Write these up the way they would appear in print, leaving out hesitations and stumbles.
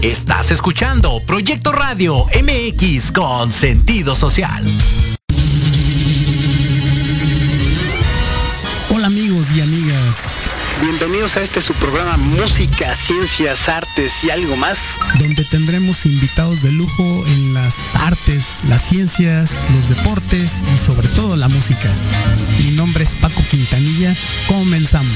Estás escuchando Proyecto Radio MX con sentido social. Hola amigos y amigas. Bienvenidos a su programa Música, Ciencias, Artes y algo más, donde tendremos invitados de lujo en las artes, las ciencias, los deportes y sobre todo la música. Mi nombre es Paco Quintanilla. Comenzamos.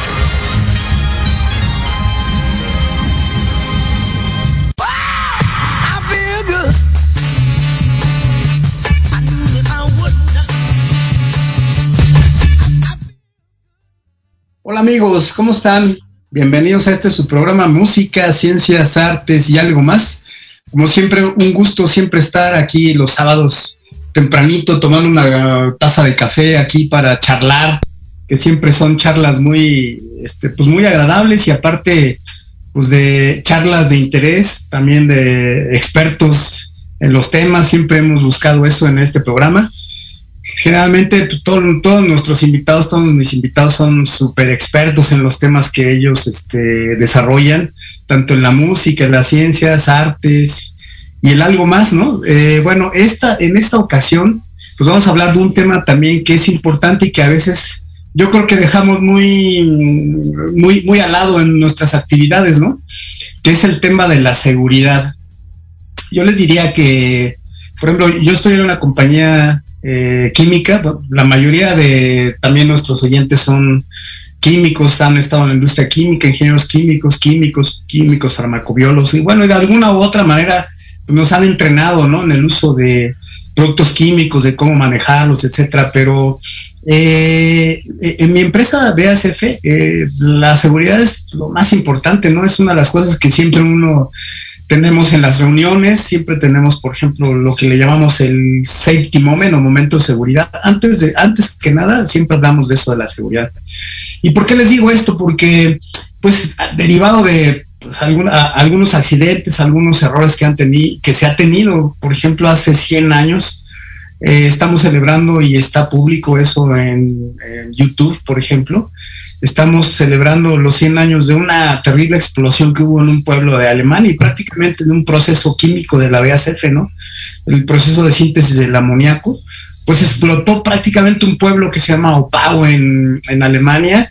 Hola amigos, ¿cómo están? Bienvenidos a su programa Música, Ciencias, Artes y algo más. Como siempre, un gusto siempre estar aquí los sábados tempranito tomando una taza de café aquí para charlar, que siempre son charlas muy agradables y aparte pues de charlas de interés, también de expertos en los temas. Siempre hemos buscado eso en este programa. Generalmente todos nuestros invitados, todos mis invitados son súper expertos en los temas que ellos desarrollan, tanto en la música, en las ciencias, artes y el algo más, ¿no? En esta ocasión, pues vamos a hablar de un tema también que es importante y que a veces yo creo que dejamos muy al lado en nuestras actividades, ¿no? Que es el tema de la seguridad. Yo les diría que, por ejemplo, yo estoy en una compañía química. La mayoría de también nuestros oyentes son químicos, han estado en la industria química, ingenieros químicos, farmacobiólogos, y bueno, de alguna u otra manera nos han entrenado, ¿no? En el uso de productos químicos, de cómo manejarlos, etcétera. Pero en mi empresa BASF, la seguridad es lo más importante, ¿no? Es una de las cosas que siempre tenemos en las reuniones. Siempre tenemos, por ejemplo, lo que le llamamos el safety moment o momento de seguridad. Antes que nada, siempre hablamos de eso, de la seguridad. ¿Y por qué les digo esto? Porque, pues, derivado de algunos accidentes, algunos errores que se ha tenido, por ejemplo, hace 100 años, estamos celebrando, y está público eso en YouTube, por ejemplo. Estamos celebrando los 100 años de una terrible explosión que hubo en un pueblo de Alemania y prácticamente de un proceso químico de la BASF, ¿no? El proceso de síntesis del amoníaco, pues explotó prácticamente un pueblo que se llama Opau en Alemania,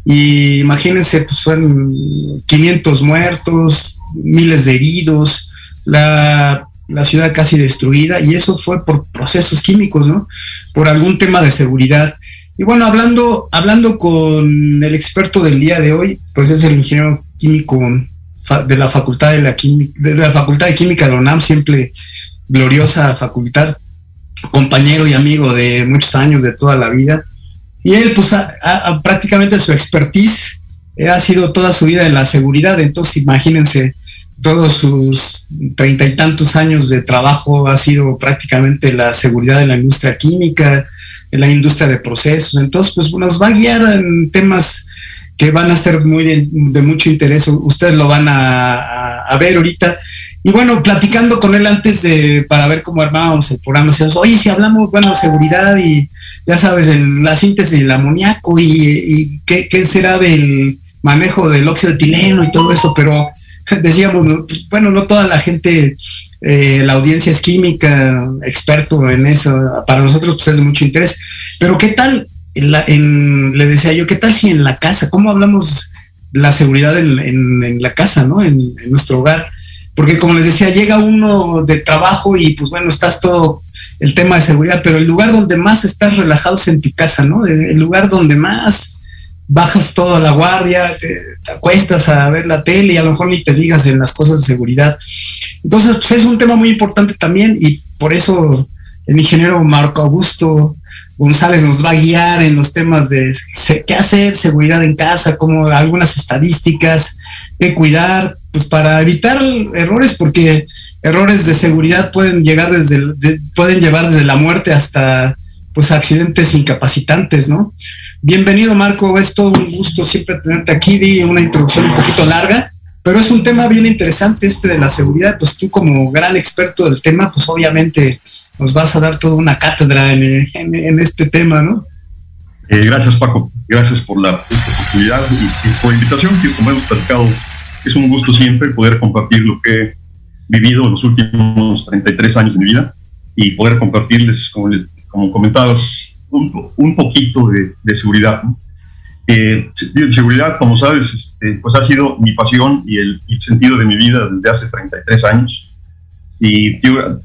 y imagínense, pues fueron 500 muertos, miles de heridos, la ciudad casi destruida, y eso fue por procesos químicos, ¿no? Por algún tema de seguridad. Y bueno, hablando con el experto del día de hoy, pues es el ingeniero químico de la Facultad de Química de la UNAM, siempre gloriosa facultad, compañero y amigo de muchos años, de toda la vida. Y él, pues, prácticamente su expertise ha sido toda su vida en la seguridad. Entonces, imagínense, todos sus 30 y tantos años de trabajo ha sido prácticamente la seguridad en la industria química, en la industria de procesos. Entonces, pues nos va a guiar en temas que van a ser de mucho interés. Ustedes lo van a ver ahorita. Y bueno, platicando con él para ver cómo armábamos el programa, decíamos, oye, si hablamos, de seguridad y ya sabes, la síntesis del amoníaco y qué será del manejo del óxido de etileno y todo eso, pero decíamos, no toda la gente, la audiencia es química, experto en eso. Para nosotros pues es de mucho interés. Pero ¿qué tal? Le decía yo, ¿qué tal si en la casa? ¿Cómo hablamos la seguridad en la casa, ¿no? En nuestro hogar. Porque como les decía, llega uno de trabajo y pues estás todo el tema de seguridad, pero el lugar donde más estás relajado es en tu casa, ¿no? El lugar donde más bajas todo a la guardia, te acuestas a ver la tele y a lo mejor ni te fijas en las cosas de seguridad. Entonces, pues es un tema muy importante también, y por eso el ingeniero Marco Augusto González nos va a guiar en los temas de qué hacer, seguridad en casa, como algunas estadísticas, qué cuidar, pues para evitar errores, porque errores de seguridad pueden llevar desde la muerte hasta pues accidentes incapacitantes, ¿no? Bienvenido, Marco, es todo un gusto siempre tenerte aquí. Di una introducción un poquito larga, pero es un tema bien interesante de la seguridad. Pues tú, como gran experto del tema, pues obviamente nos vas a dar toda una cátedra en este tema, ¿no? Gracias, Paco, gracias por la oportunidad y por la invitación, que como hemos platicado Es un gusto siempre poder compartir lo que he vivido en los últimos 33 años de mi vida y poder compartirles, como comentabas, un poquito de seguridad, ¿no? Seguridad, como sabes, pues ha sido mi pasión y el sentido de mi vida desde hace 33 años. Y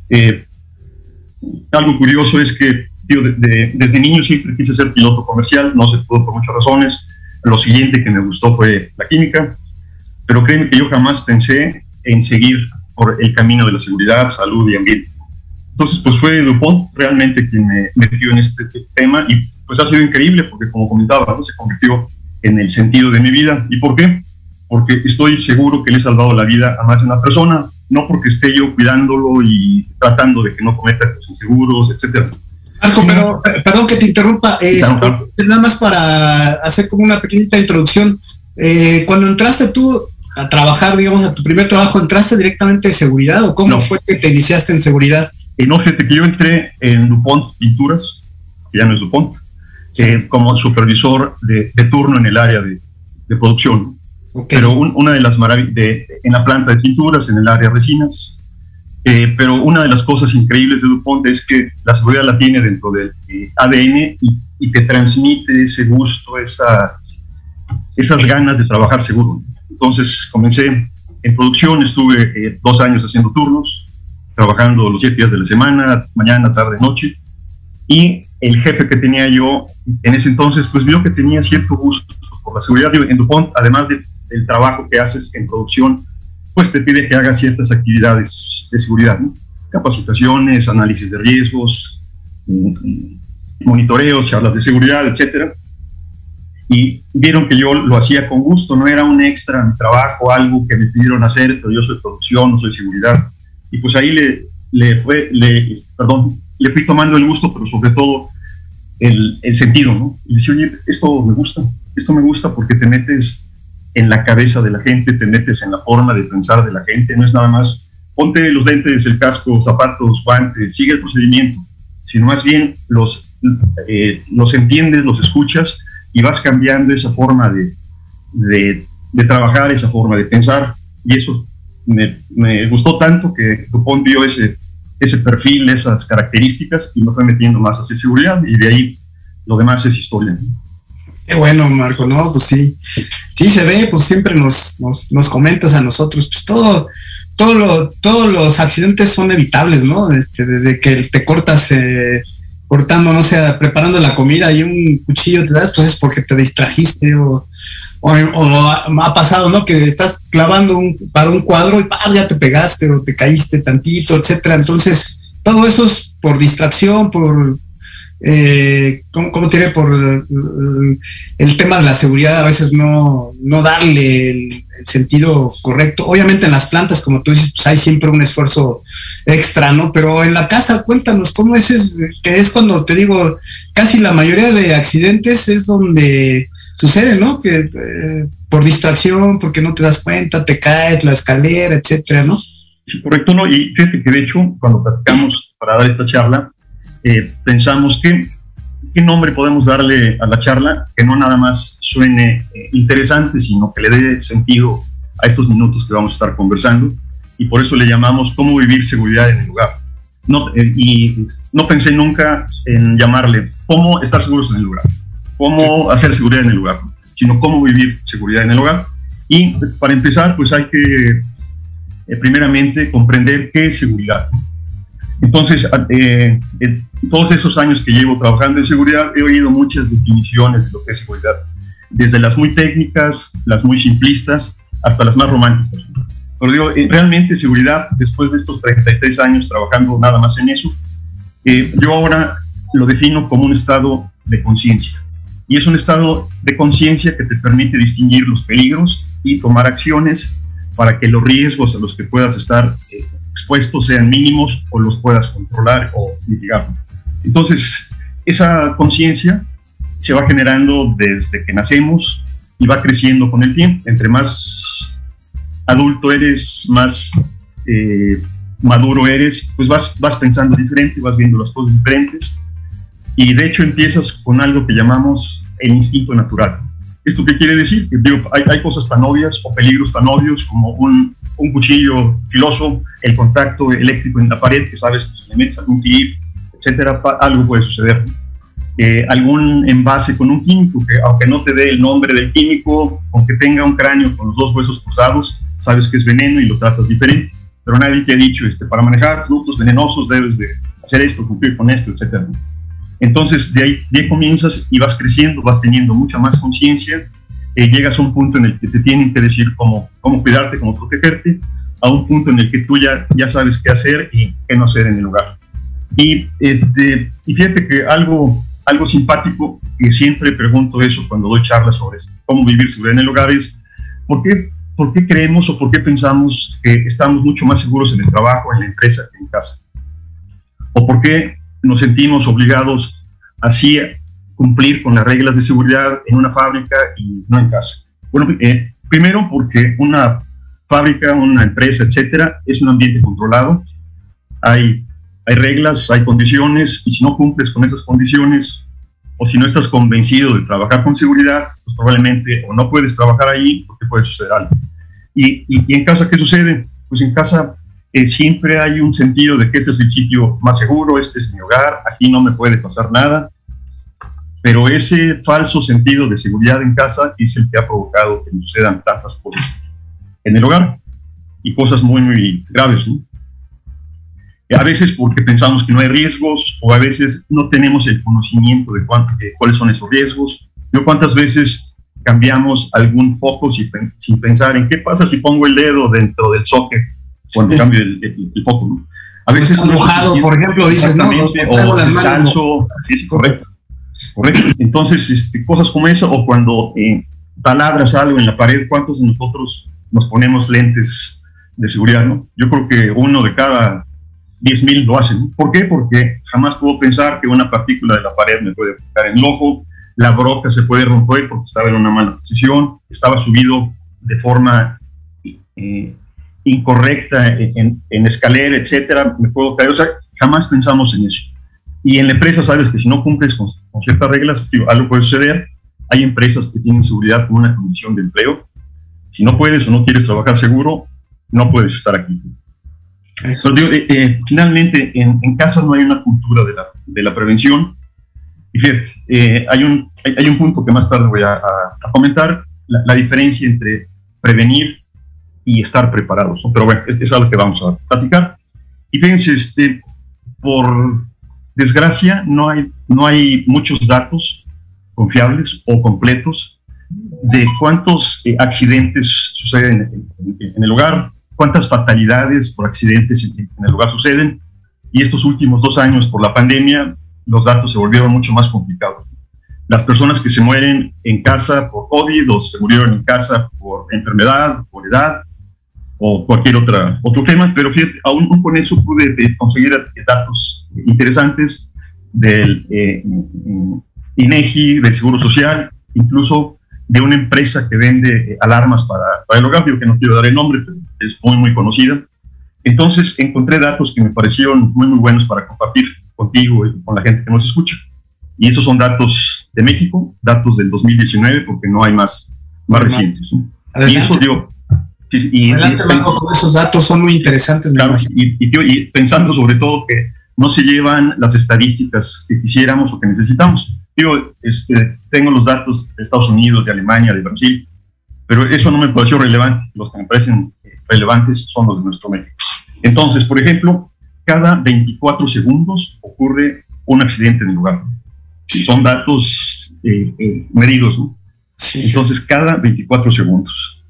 algo curioso es que desde niño siempre quise ser piloto comercial, no se pudo por muchas razones. Lo siguiente que me gustó fue la química, pero créeme que yo jamás pensé en seguir por el camino de la seguridad, salud y ambiente. Entonces, pues fue DuPont realmente quien me metió en este tema y pues ha sido increíble porque, como comentaba, ¿no?, se convirtió en el sentido de mi vida. ¿Y por qué? Porque estoy seguro que le he salvado la vida a más de una persona, no porque esté yo cuidándolo y tratando de que no cometa actos inseguros, etcétera. Marco, pero perdón que te interrumpa, nada más para hacer como una pequeñita introducción. Cuando entraste tú a trabajar, digamos, a tu primer trabajo, ¿entraste directamente de seguridad o cómo fue que te iniciaste en seguridad? No, fíjate que yo entré en DuPont Pinturas, que ya no es DuPont, como supervisor de turno en el área de producción. Okay. Pero una de las maravillas, en la planta de pinturas, en el área de resinas, pero una de las cosas increíbles de DuPont es que la seguridad la tiene dentro del ADN y te transmite ese gusto, esas ganas de trabajar seguro. Entonces comencé en producción, estuve 2 años haciendo turnos, trabajando los 7 días de la semana, mañana, tarde, noche, y el jefe que tenía yo en ese entonces pues vio que tenía cierto gusto por la seguridad. En DuPont, además del trabajo que haces en producción, pues te pide que hagas ciertas actividades de seguridad, ¿no? Capacitaciones, análisis de riesgos, monitoreos, charlas de seguridad, etcétera. Y vieron que yo lo hacía con gusto, no era un extra en mi trabajo, algo que me pidieron hacer, pero yo soy producción, no soy seguridad. Y pues ahí le fui tomando el gusto, pero sobre todo el sentido, ¿no? Y decía, oye, esto me gusta porque te metes en la cabeza de la gente, te metes en la forma de pensar de la gente, no es nada más ponte los lentes, el casco, zapatos, guantes, sigue el procedimiento, sino más bien los entiendes, los escuchas y vas cambiando esa forma de trabajar, esa forma de pensar, y eso me gustó tanto que DuPont vio ese perfil, esas características, y me fue metiendo más hacia seguridad, y de ahí lo demás es historia. Qué bueno, Marco, ¿no? Pues sí se ve, pues siempre nos comentas a nosotros, pues todos los accidentes son evitables, ¿no? Desde que te cortas cortando, no sé, preparando la comida y un cuchillo te das, pues es porque te distrajiste o ha pasado, ¿no? Que estás clavando para un cuadro y ya te pegaste o te caíste tantito, etcétera. Entonces, todo eso es por distracción, por ¿cómo te diré? Por el tema de la seguridad, a veces no darle el sentido correcto. Obviamente en las plantas, como tú dices, pues hay siempre un esfuerzo extra, ¿no? Pero en la casa, cuéntanos, ¿cómo es que es cuando te digo, casi la mayoría de accidentes es donde sucede, ¿no? Que por distracción, porque no te das cuenta, te caes, la escalera, etcétera, ¿no? Sí, correcto, ¿no? Y fíjate que de hecho, cuando platicamos para dar esta charla, pensamos qué nombre podemos darle a la charla que no nada más suene interesante, sino que le dé sentido a estos minutos que vamos a estar conversando, y por eso le llamamos cómo vivir seguridad en el lugar. Y no pensé nunca en llamarle cómo estar seguros en el lugar, cómo hacer seguridad en el lugar, sino cómo vivir seguridad en el hogar. Y para empezar, pues hay que primeramente comprender qué es seguridad. Entonces, en todos esos años que llevo trabajando en seguridad, he oído muchas definiciones de lo que es seguridad, desde las muy técnicas, las muy simplistas, hasta las más románticas. Pero digo, realmente seguridad, después de estos 33 años trabajando nada más en eso, yo ahora lo defino como un estado de conciencia. Y es un estado de conciencia que te permite distinguir los peligros y tomar acciones para que los riesgos a los que puedas estar expuestos sean mínimos o los puedas controlar o mitigar. Entonces, esa conciencia se va generando desde que nacemos y va creciendo con el tiempo. Entre más adulto eres, más maduro eres, pues vas pensando diferente, vas viendo las cosas diferentes, y de hecho empiezas con algo que llamamos el instinto natural. ¿Esto qué quiere decir? Que, digo, hay cosas tan obvias o peligros tan obvios como un cuchillo filoso, el contacto eléctrico en la pared, que sabes que si le metes algún clip, etcétera, algo puede suceder. Algún envase con un químico que, aunque no te dé el nombre del químico, aunque tenga un cráneo con los dos huesos cruzados, sabes que es veneno y lo tratas diferente. Pero nadie te ha dicho, para manejar productos venenosos debes de hacer esto, cumplir con esto, etcétera. Entonces, de ahí comienzas y vas creciendo, vas teniendo mucha más conciencia, llegas a un punto en el que te tienen que decir cómo cuidarte, cómo protegerte, a un punto en el que tú ya sabes qué hacer y qué no hacer en el lugar. Y fíjate que algo simpático, que siempre pregunto eso cuando doy charlas sobre cómo vivir seguridad en el hogar, es ¿por qué creemos o por qué pensamos que estamos mucho más seguros en el trabajo, en la empresa, que en casa? ¿O por qué nos sentimos obligados así a cumplir con las reglas de seguridad en una fábrica y no en casa? Bueno, primero porque una fábrica, una empresa, etcétera, es un ambiente controlado. Hay reglas, hay condiciones, y si no cumples con esas condiciones, o si no estás convencido de trabajar con seguridad, pues probablemente o no puedes trabajar ahí, porque puede suceder algo. Y en casa, ¿qué sucede? Pues en casa siempre hay un sentido de que este es el sitio más seguro, este es mi hogar, aquí no me puede pasar nada, pero ese falso sentido de seguridad en casa es el que ha provocado que nos sucedan tantas cosas en el hogar, y cosas muy, muy graves, ¿no? A veces porque pensamos que no hay riesgos, o a veces no tenemos el conocimiento de cuáles son esos riesgos. Yo cuántas veces cambiamos algún foco sin pensar en qué pasa si pongo el dedo dentro del socket cuando cambio el foco, ¿no? A veces está mojado, por ejemplo, dices, no, o descalzo, es correcto. Entonces, cosas como eso, o cuando taladras algo en la pared, ¿cuántos de nosotros nos ponemos lentes de seguridad, no? Yo creo que 1 de cada 10,000 lo hacen. ¿Por qué? Porque jamás puedo pensar que una partícula de la pared me puede tocar en el ojo, la broca se puede romper porque estaba en una mala posición, estaba subido de forma incorrecta en escalera, etcétera, me puedo caer. O sea, jamás pensamos en eso. Y en la empresa sabes que si no cumples con ciertas reglas, algo puede suceder. Hay empresas que tienen seguridad como una condición de empleo. Si no puedes o no quieres trabajar seguro, no puedes estar aquí. Finalmente, en casa no hay una cultura de la prevención. Y fíjate, hay un punto que más tarde voy a comentar, la diferencia entre prevenir y estar preparados, ¿no? Pero bueno, es algo que vamos a platicar. Y fíjense, por desgracia, no hay muchos datos confiables o completos de cuántos accidentes suceden en el hogar, cuántas fatalidades por accidentes en el hogar suceden, y estos últimos 2 años por la pandemia los datos se volvieron mucho más complicados. Las personas que se mueren en casa por COVID, o se murieron en casa por enfermedad, por edad, o cualquier otro tema, pero fíjate, aún con eso pude conseguir datos interesantes del INEGI, del Seguro Social, incluso de una empresa que vende alarmas para el hogar, yo que no quiero dar el nombre, pero es muy, muy conocida. Entonces encontré datos que me parecieron muy, muy buenos para compartir contigo y con la gente que nos escucha. Y esos son datos de México, datos del 2019, porque no hay más recientes, ¿no? Y eso, digo... Adelante, Mango, con esos datos son muy interesantes. Claro, y pensando sobre todo que no se llevan las estadísticas que quisiéramos o que necesitamos. Tengo los datos de Estados Unidos, de Alemania, de Brasil, pero eso no me pareció relevante. Los que me parecen relevantes son los de nuestro México. Entonces, por ejemplo, cada 24 segundos ocurre un accidente en el lugar. Son datos medidos, ¿no? Sí. Entonces, cada 24 segundos.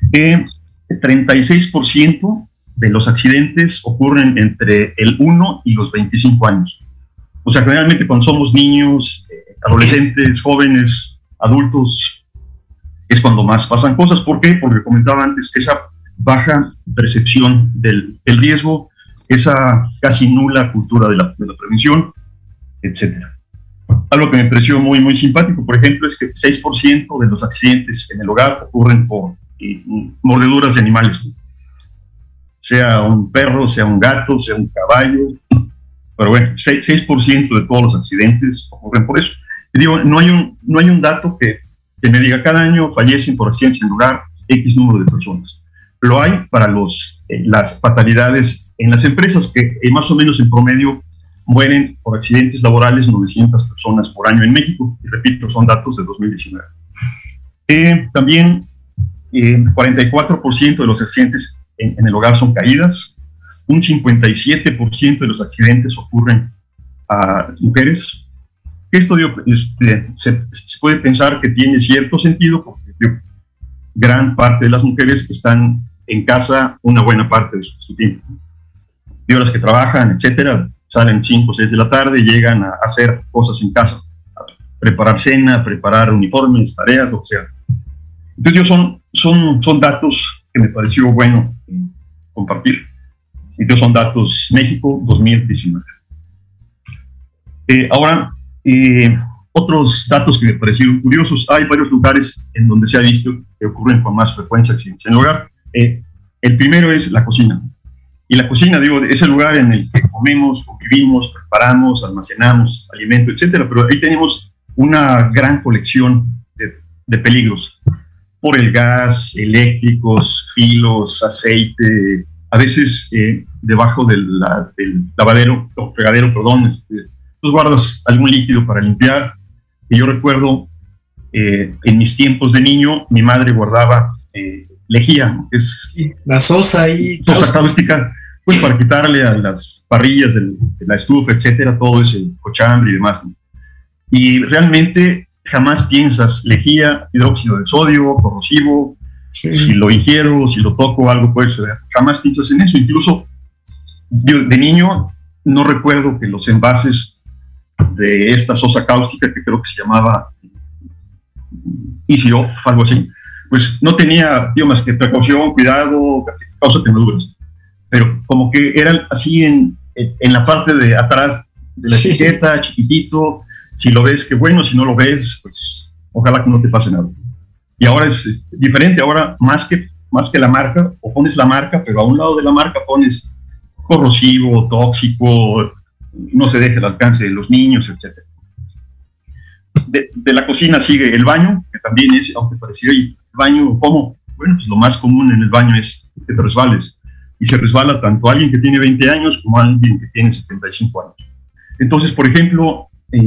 36% de los accidentes ocurren entre el 1 y los 25 años. O sea, generalmente cuando somos niños, adolescentes, jóvenes, adultos, es cuando más pasan cosas. ¿Por qué? Porque comentaba antes que esa baja percepción del riesgo, esa casi nula cultura de la prevención, etcétera. Algo que me pareció muy, muy simpático, por ejemplo, es que 6% de los accidentes en el hogar ocurren por mordeduras de animales, sea un perro, sea un gato, sea un caballo, pero bueno, 6% de todos los accidentes ocurren por eso. Y digo, no hay un dato que que me diga, cada año fallecen por accidentes en el hogar X número de personas. Lo hay para las fatalidades en las empresas, que más o menos en promedio mueren por accidentes laborales 900 personas por año en México. Y repito, son datos de 2019. También 44% de los accidentes en el hogar son caídas. Un 57% de los accidentes ocurren a mujeres. Esto se puede pensar que tiene cierto sentido, porque gran parte de las mujeres están en casa una buena parte de su tiempo. De horas que trabajan, etcétera, salen 5 o 6 de la tarde y llegan a hacer cosas en casa, a preparar cena, preparar uniformes, tareas, lo que sea. Entonces, son datos que me pareció bueno compartir. Entonces, son datos México 2019. Ahora, otros datos que me parecieron curiosos. Hay varios lugares en donde se ha visto que ocurren con más frecuencia accidentes en el hogar. El primero es la cocina. Y la cocina, digo, es el lugar en el que comemos, convivimos, preparamos, almacenamos alimento, etcétera. Pero ahí tenemos una gran colección de peligros por el gas, eléctricos, filos, aceite, a veces debajo del lavadero, o fregadero, perdón, tú guardas algún líquido para limpiar. Y yo recuerdo, en mis tiempos de niño, mi madre guardaba lejía, ¿no? Es la sosa ahí. Sosa cáustica, pues para quitarle a las parrillas de la estufa, etcétera, todo ese cochambre y demás, ¿no? Y realmente jamás piensas lejía, hidróxido de sodio, corrosivo, sí. Si lo ingiero, si lo toco, algo puede suceder. Jamás piensas en eso. Incluso yo, de niño, no recuerdo que los envases de esta sosa cáustica, que creo que se llamaba Easy Off, algo así, pues no tenía, más que precaución, cuidado, causa quemaduras. Pero como que era así en la parte de atrás de la etiqueta, chiquitito. Si lo ves, qué bueno; si no lo ves, pues ojalá que no te pase nada. Y ahora es diferente. Ahora, más que la marca, o pones la marca, pero a un lado de la marca pones corrosivo, tóxico, no se deja al alcance de los niños, etc. De la cocina sigue el baño, que también es, aunque pareciera, ¿el baño cómo? Bueno, pues lo más común en el baño es que te resbales. Y se resbala tanto alguien que tiene 20 años como alguien que tiene 75 años. Entonces, por ejemplo,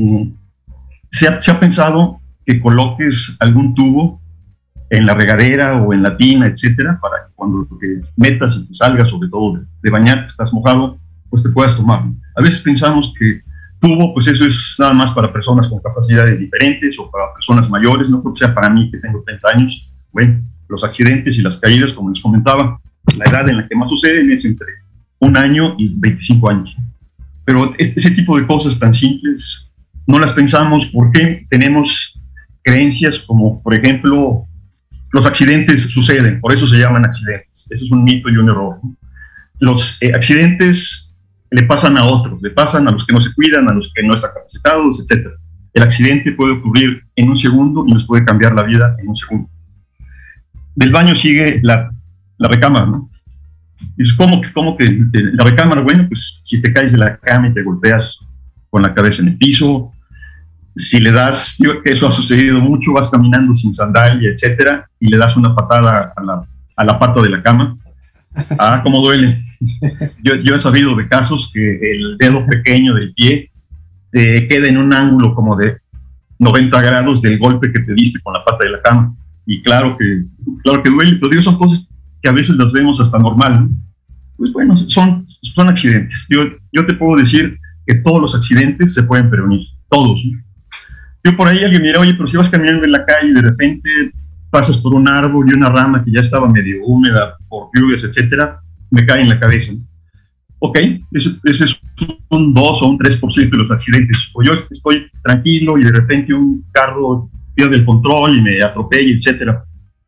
se ha pensado que coloques algún tubo en la regadera o en la tina, etcétera, para que cuando te metas y te salgas, sobre todo de bañar, que estás mojado, pues te puedas tomar. A veces pensamos que tubo, pues eso es nada más para personas con capacidades diferentes o para personas mayores. No creo que sea para mí, que tengo 30 años. Bueno, los accidentes y las caídas, como les comentaba, la edad en la que más suceden es entre 1 año y 25 años. Pero ese tipo de cosas tan simples no las pensamos porque tenemos creencias como, por ejemplo, los accidentes suceden, por eso se llaman accidentes. Eso es un mito y un error. Los accidentes le pasan a otros, le pasan a los que no se cuidan, a los que no están capacitados, etc. El accidente puede ocurrir en un segundo y nos puede cambiar la vida en un segundo. Del baño sigue la recámara, ¿no? Es como que la recámara, bueno, pues si te caes de la cama y te golpeas con la cabeza en el piso, si le das, eso ha sucedido mucho, vas caminando sin sandalia, etcétera, y le das una patada a la pata de la cama, cómo duele. Yo he sabido de casos que el dedo pequeño del pie queda en un ángulo como de 90 grados del golpe que te diste con la pata de la cama, y claro que duele, pero digo, son cosas que a veces las vemos hasta normal, ¿no? Pues bueno, son accidentes. Yo te puedo decir que todos los accidentes se pueden prevenir, todos, ¿no? Yo por ahí alguien me dirá, oye, pero si vas caminando en la calle y de repente pasas por un árbol y una rama que ya estaba medio húmeda por lluvias, etcétera, me cae en la cabeza, ¿no? Ok, ese es un 2 o un 3% de los accidentes. O yo estoy tranquilo y de repente un carro pierde el control y me atropella, etcétera,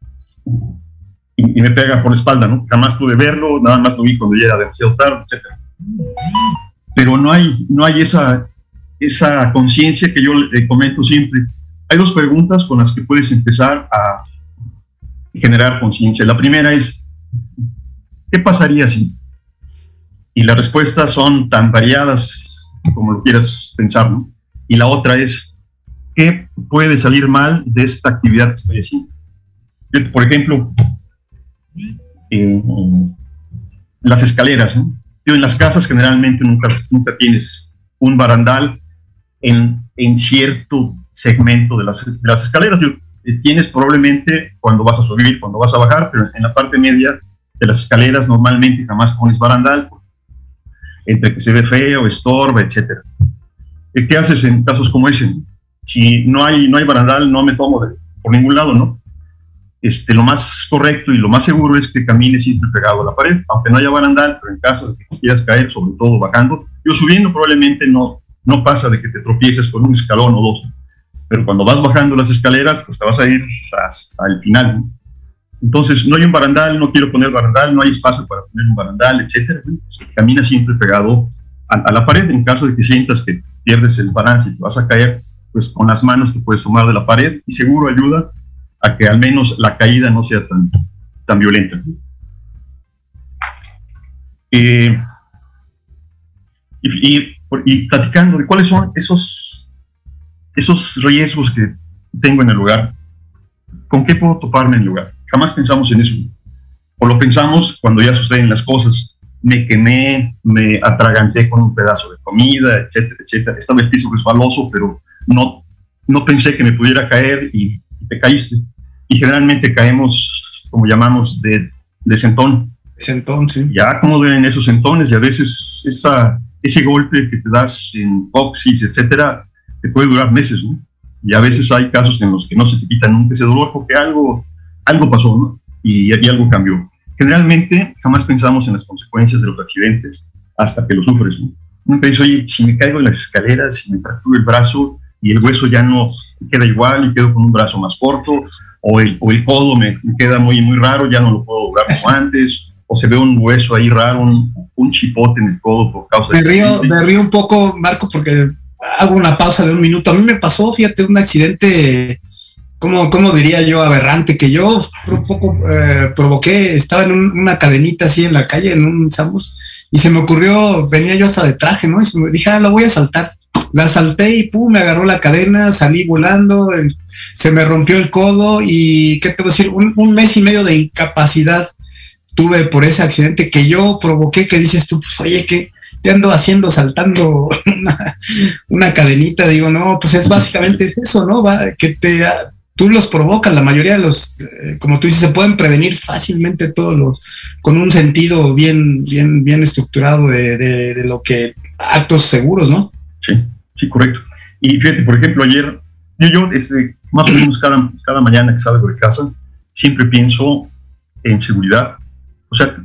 y me pega por la espalda, ¿no? Jamás pude verlo, nada más lo vi cuando ya era demasiado tarde, etcétera. Pero no hay esa conciencia que yo comento siempre. Hay 2 preguntas con las que puedes empezar a generar conciencia. La primera es, ¿qué pasaría si? Y las respuestas son tan variadas como lo quieras pensar, ¿no? Y la otra es, ¿qué puede salir mal de esta actividad que estoy haciendo? Por ejemplo, las escaleras, ¿no? En las casas generalmente nunca tienes un barandal en cierto segmento de las escaleras. Tienes probablemente cuando vas a subir, cuando vas a bajar, pero en la parte media de las escaleras normalmente jamás pones barandal, entre que se ve feo, estorba, etc. ¿Qué haces en casos como ese? Si no hay barandal, no me tomo por ningún lado, ¿no? Lo más correcto y lo más seguro es que camines siempre pegado a la pared, aunque no haya barandal, pero en caso de que quieras caer, sobre todo bajando, subiendo probablemente no pasa de que te tropieces con un escalón o dos, pero cuando vas bajando las escaleras, pues te vas a ir hasta el final, ¿no? Entonces, no hay un barandal, no quiero poner barandal, no hay espacio para poner un barandal, etcétera. Pues, camina siempre pegado a la pared. En caso de que sientas que pierdes el balance y te vas a caer, pues con las manos te puedes tomar de la pared y seguro ayuda a que al menos la caída no sea tan violenta. Y platicando de cuáles son esos riesgos que tengo en el lugar, ¿con qué puedo toparme en el lugar? Jamás pensamos en eso. O lo pensamos cuando ya suceden las cosas. Me quemé, me atraganté con un pedazo de comida, etcétera, etcétera. Estaba el piso resbaloso, pero no pensé que me pudiera caer y te caíste. Y generalmente caemos, como llamamos, de sentón. Sentón, sí. Ya como en esos sentones, y a veces ese golpe que te das en coxis, etcétera, te puede durar meses, ¿no? Y a veces hay casos en los que no se te quita nunca ese dolor porque algo pasó, ¿no? Y algo cambió. Generalmente jamás pensamos en las consecuencias de los accidentes hasta que lo sufres, ¿no? Nunca dices, oye, si me caigo en las escaleras, si me fracturo el brazo y el hueso ya no queda igual y quedo con un brazo más corto, o el codo me queda muy, muy raro, ya no lo puedo doblar como antes, o se ve un hueso ahí raro, un chipote en el codo por causa de... Me río un poco, Marco, porque hago una pausa de un minuto. A mí me pasó, fíjate, un accidente, ¿cómo diría yo? Aberrante, que yo un poco provoqué. Estaba en una cadenita así en la calle, en un Sambus, y se me ocurrió, venía yo hasta de traje, ¿no? Y dije, la voy a saltar. La salté y pum, me agarró la cadena, salí volando, se me rompió el codo y, ¿qué te voy a decir? Un mes y medio de incapacidad tuve por ese accidente que yo provoqué, que dices tú, pues oye, ¿qué te ando haciendo saltando una cadenita? Digo, no, pues es básicamente es eso, ¿no? Tú los provocas, la mayoría de los, como tú dices, se pueden prevenir fácilmente todos con un sentido bien estructurado de lo que, actos seguros, ¿no? Sí, correcto. Y fíjate, por ejemplo, ayer, yo más o menos cada mañana que salgo de casa, siempre pienso en seguridad. O sea,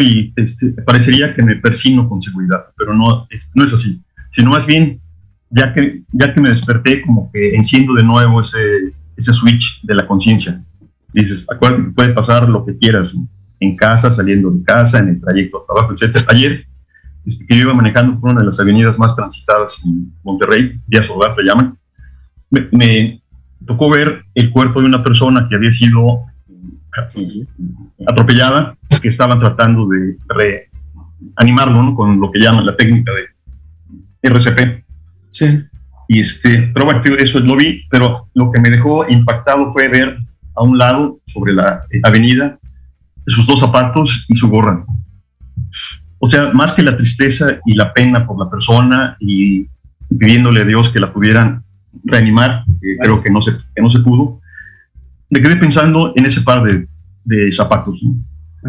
parecería que me persino con seguridad, pero no es así. Sino más bien, ya que me desperté, como que enciendo de nuevo ese switch de la conciencia. Dices, acuérdate que puede pasar lo que quieras, ¿no? En casa, saliendo de casa, en el trayecto a trabajo, etc. Ayer, que yo iba manejando por una de las avenidas más transitadas en Monterrey, Díaz Ordaz le llaman, me tocó ver el cuerpo de una persona que había sido atropellada, que estaban tratando de reanimarlo, ¿no? Con lo que llaman la técnica de RCP. Sí. Y pero bueno, eso lo vi, pero lo que me dejó impactado fue ver a un lado, sobre la avenida, sus dos zapatos y su gorra. O sea, más que la tristeza y la pena por la persona y pidiéndole a Dios que la pudieran reanimar, creo que no se pudo, me quedé pensando en ese par de zapatos, ¿no?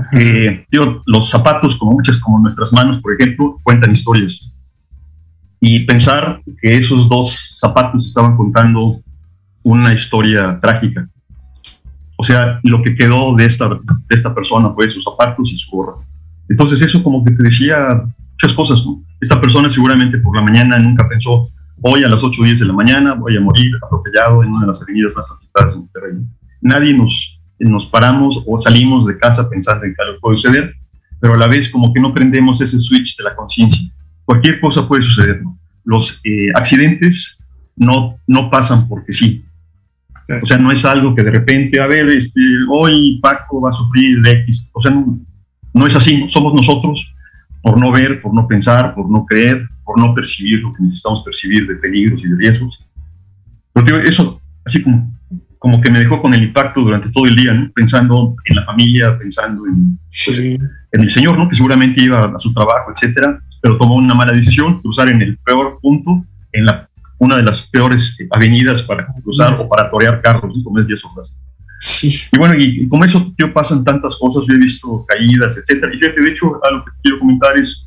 Los zapatos, como nuestras manos, por ejemplo, cuentan historias. Y pensar que esos dos zapatos estaban contando una historia trágica. O sea, lo que quedó de esta persona fue sus zapatos y su gorra. Entonces eso como que te decía muchas cosas, ¿no? Esta persona seguramente por la mañana nunca pensó, hoy a las 8 o 10 de la mañana voy a morir atropellado en una de las avenidas más transitadas en Monterrey. Nadie nos paramos o salimos de casa pensando en que algo puede suceder, pero a la vez como que no prendemos ese switch de la conciencia. Cualquier cosa puede suceder, ¿no? Los accidentes no pasan porque sí. O sea, no es algo que de repente, a ver, hoy Paco va a sufrir de X. O sea, no es así. Somos nosotros, por no ver, por no pensar, por no creer, por no percibir lo que necesitamos percibir de peligros y de riesgos, Pero eso, así como que me dejó con el impacto durante todo el día, ¿no? Pensando en la familia, pensando en el señor, ¿no? Que seguramente iba a su trabajo, etcétera, pero tomó una mala decisión, cruzar en el peor punto, en una de las peores avenidas para cruzar o para torear carros, ¿no? Como es 10 horas. Sí. Y bueno, y como eso, tío, pasan tantas cosas, yo he visto caídas, etcétera. Y fíjate, de hecho, algo que quiero comentar es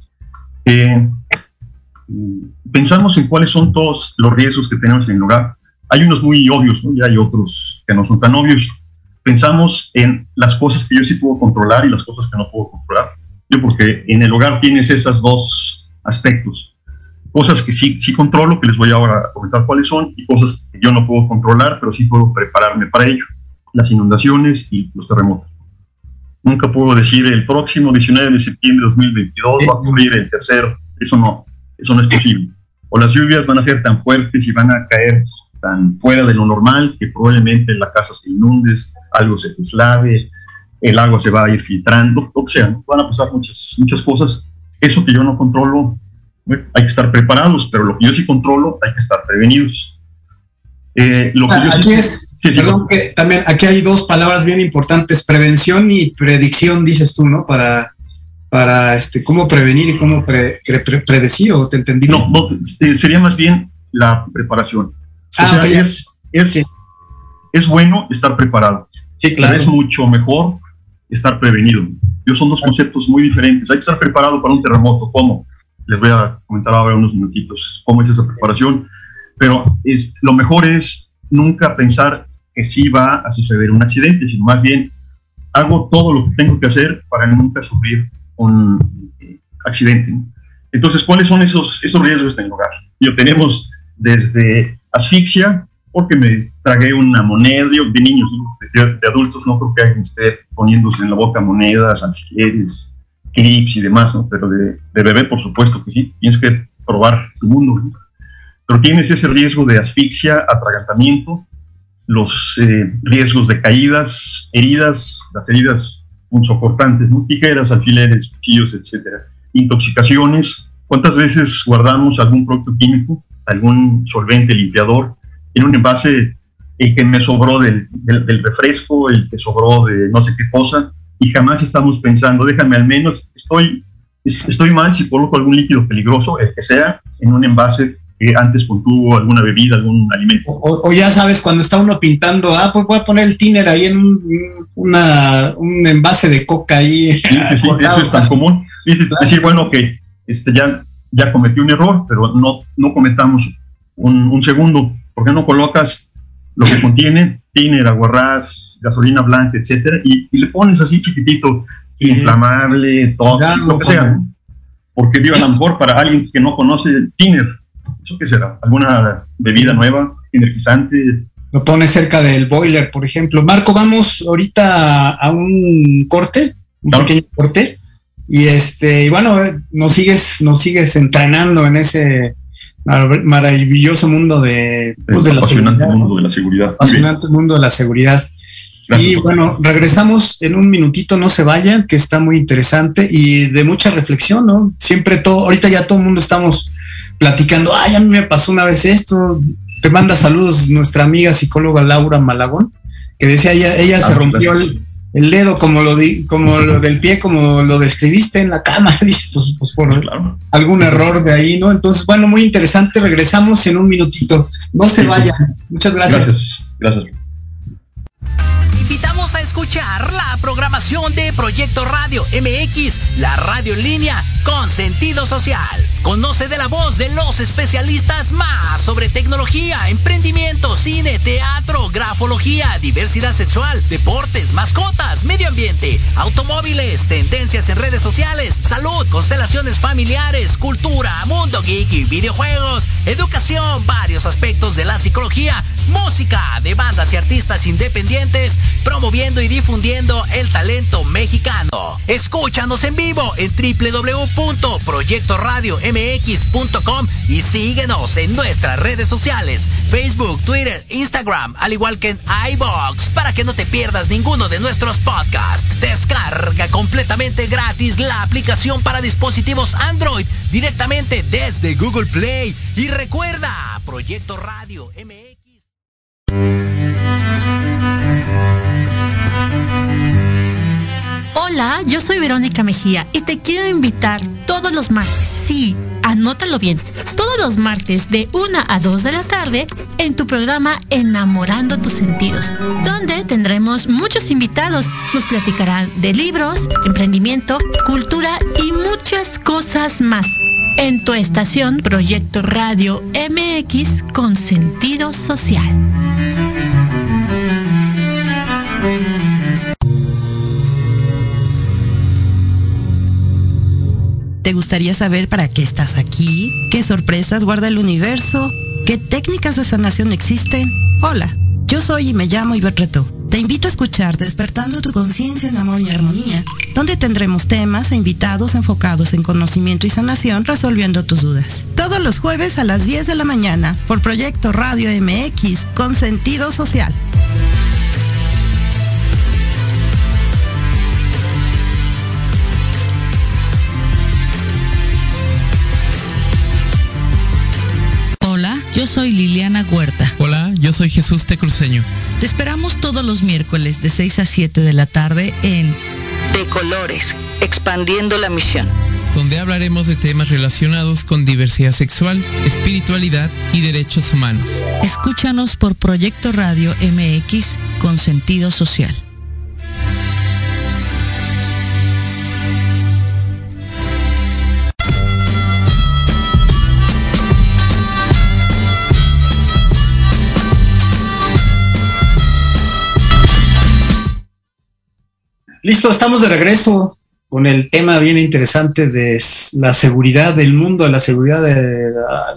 pensamos en cuáles son todos los riesgos que tenemos en el hogar. Hay unos muy obvios, ¿no? Y hay otros que no son tan obvios. Pensamos en las cosas que yo sí puedo controlar y las cosas que no puedo controlar. Yo, porque en el hogar tienes esos dos aspectos. Cosas que sí controlo, que les voy ahora a comentar cuáles son, y cosas que yo no puedo controlar, pero sí puedo prepararme para ello. Las inundaciones y los terremotos. Nunca puedo decir el próximo 19 de septiembre de 2022 va a ocurrir el tercero. Eso no es posible. O las lluvias van a ser tan fuertes y van a caer tan fuera de lo normal que probablemente la casa se inunde, algo se deslave, el agua se va a ir filtrando, o sea, van a pasar muchas cosas. Eso que yo no controlo, hay que estar preparados, pero lo que yo sí controlo, hay que estar prevenidos. Perdón, que también aquí hay dos palabras bien importantes, prevención y predicción, dices tú, ¿no? Para cómo prevenir y cómo predecir, ¿o te entendí? No, sería más bien la preparación. Okay. Es bueno estar preparado. Sí, claro. Pero es mucho mejor estar prevenido. Son dos conceptos muy diferentes. Hay que estar preparado para un terremoto. ¿Cómo? Les voy a comentar ahora unos minutitos cómo es esa preparación. Pero lo mejor es nunca pensar que sí va a suceder un accidente, sino más bien hago todo lo que tengo que hacer para nunca sufrir un accidente. Entonces, ¿cuáles son esos riesgos en el hogar? Tenemos desde asfixia, porque me tragué una moneda, de niños, ¿no? de adultos no creo que alguien esté poniéndose en la boca monedas, alfileres, clips y demás, ¿no? Pero de bebé, por supuesto que sí, tienes que probar el mundo, ¿no? Pero tienes ese riesgo de asfixia, atragantamiento, los riesgos de caídas, heridas, las heridas punzocortantes, ¿no? Tijeras, alfileres, cuchillos, etcétera. Intoxicaciones. ¿Cuántas veces guardamos algún producto químico, algún solvente limpiador en un envase, el que me sobró del refresco, el que sobró de no sé qué cosa, y jamás estamos pensando, déjame al menos, estoy mal si coloco algún líquido peligroso, el que sea, en un envase que antes contuvo alguna bebida, algún alimento? O ya sabes, cuando está uno pintando, pues voy a poner el thinner ahí en un envase de coca ahí. Sí, eso es tan común. Sí, bueno, que ya cometí un error, pero no cometamos un segundo. ¿Por qué no colocas lo que contiene thinner, aguarrás, gasolina blanca, etcétera, y le pones así chiquitito, inflamable, todo, lo que sea? Porque a lo mejor para alguien que no conoce el thinner, ¿eso qué será? ¿Alguna bebida nueva, energizante? Lo pones cerca del boiler, por ejemplo. Marco, vamos ahorita a un corte, pequeño corte, y bueno, nos sigues entrenando en ese maravilloso mundo de la seguridad. Mundo de la seguridad. Apasionante mundo de la seguridad. Gracias. Y bueno, regresamos en un minutito, no se vayan, que está muy interesante y de mucha reflexión, ¿no? Siempre ahorita ya todo el mundo estamos platicando, a mí me pasó una vez esto. Te manda saludos nuestra amiga psicóloga Laura Malagón, que decía ella se rompió el dedo como lo del pie, como lo describiste en la cama, dice, pues por algún error de ahí, ¿no? Entonces, bueno, muy interesante. Regresamos en un minutito. No se vayan. Muchas gracias. Gracias. Invitamos a escuchar la programación de Proyecto Radio MX, la radio en línea con sentido social. Conoce de la voz de los especialistas más sobre tecnología, emprendimiento, cine, teatro, grafología, diversidad sexual, deportes, mascotas, medio ambiente, automóviles, tendencias en redes sociales, salud, constelaciones familiares, cultura, mundo geek y videojuegos, educación, varios aspectos de la psicología, música de bandas y artistas independientes, promoviendo y difundiendo el talento mexicano. Escúchanos en vivo en www.proyectoradiomx.com y síguenos en nuestras redes sociales, Facebook, Twitter, Instagram, al igual que en iVoox, para que no te pierdas ninguno de nuestros podcasts. Descarga completamente gratis la aplicación para dispositivos Android directamente desde Google Play. Y recuerda, Proyecto Radio MX. Hola, yo soy Verónica Mejía y te quiero invitar todos los martes, sí, anótalo bien, todos los martes de 1 a 2 de la tarde en tu programa Enamorando tus Sentidos, donde tendremos muchos invitados. Nos platicarán de libros, emprendimiento, cultura y muchas cosas más. En tu estación Proyecto Radio MX con sentido social. ¿Te gustaría saber para qué estás aquí? ¿Qué sorpresas guarda el universo? ¿Qué técnicas de sanación existen? Hola, yo soy y me llamo Ivette Retó. Te invito a escuchar Despertando tu conciencia en amor y armonía, donde tendremos temas e invitados enfocados en conocimiento y sanación, resolviendo tus dudas. Todos los jueves a las 10 de la mañana por Proyecto Radio MX con sentido social. Yo soy Liliana Huerta. Hola, yo soy Jesús Tecruceño. Te esperamos todos los miércoles de 6 a 7 de la tarde en De Colores, expandiendo la misión, donde hablaremos de temas relacionados con diversidad sexual, espiritualidad y derechos humanos. Escúchanos por Proyecto Radio MX con sentido social. Listo, estamos de regreso con el tema bien interesante de la seguridad del mundo, la seguridad de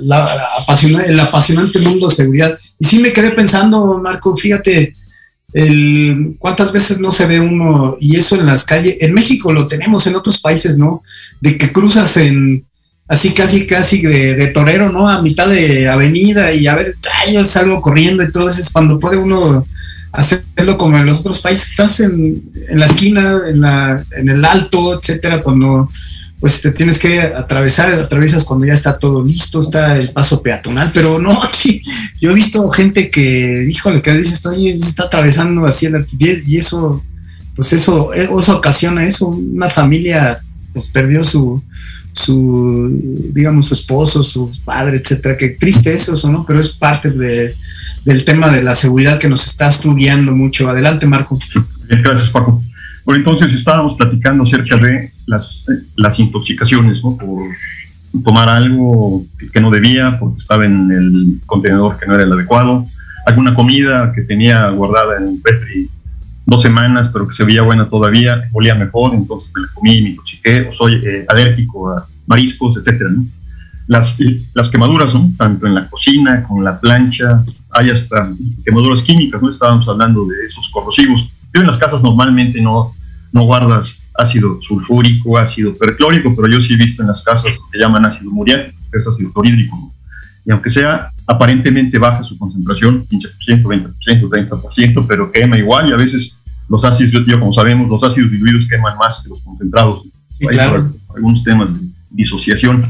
el apasionante mundo de seguridad. Y sí me quedé pensando, Marco, fíjate, cuántas veces no se ve uno, y eso en las calles, en México lo tenemos, en otros países, ¿no? De que cruzas así casi de torero, ¿no? A mitad de avenida y a ver, yo salgo corriendo y todo eso, es cuando puede uno hacerlo como en los otros países. Estás en la esquina, en el alto, etcétera, cuando pues te tienes que atraviesas cuando ya está todo listo, está el paso peatonal, pero no, aquí yo he visto gente que, híjole, que dices, oye, se está atravesando así y eso, pues eso ocasiona eso, una familia pues perdió su digamos, su esposo, su padre, etcétera. Qué triste eso, ¿no? Pero es parte del tema de la seguridad que nos está estudiando mucho. Adelante, Marco. Gracias, Paco. Bueno, entonces estábamos platicando acerca de las intoxicaciones, ¿no? Por tomar algo que no debía, porque estaba en el contenedor que no era el adecuado, alguna comida que tenía guardada en el refri 2 semanas, pero que se veía buena todavía, olía mejor, entonces me la comí y me intoxiqué, o soy alérgico a mariscos, etcétera, ¿no? Las quemaduras, ¿no? Tanto en la cocina como en la plancha, hay hasta quemaduras químicas, ¿no? Estábamos hablando de esos corrosivos. Yo en las casas normalmente no guardas ácido sulfúrico, ácido perclórico, pero yo sí he visto en las casas lo que llaman ácido muriático, que es ácido clorhídrico, ¿no? Y aunque sea aparentemente baja su concentración, 15%, 20%, 30%, pero quema igual, y a veces los ácidos, como sabemos, los ácidos diluidos queman más que los concentrados. Sí, claro. Algunos temas de disociación.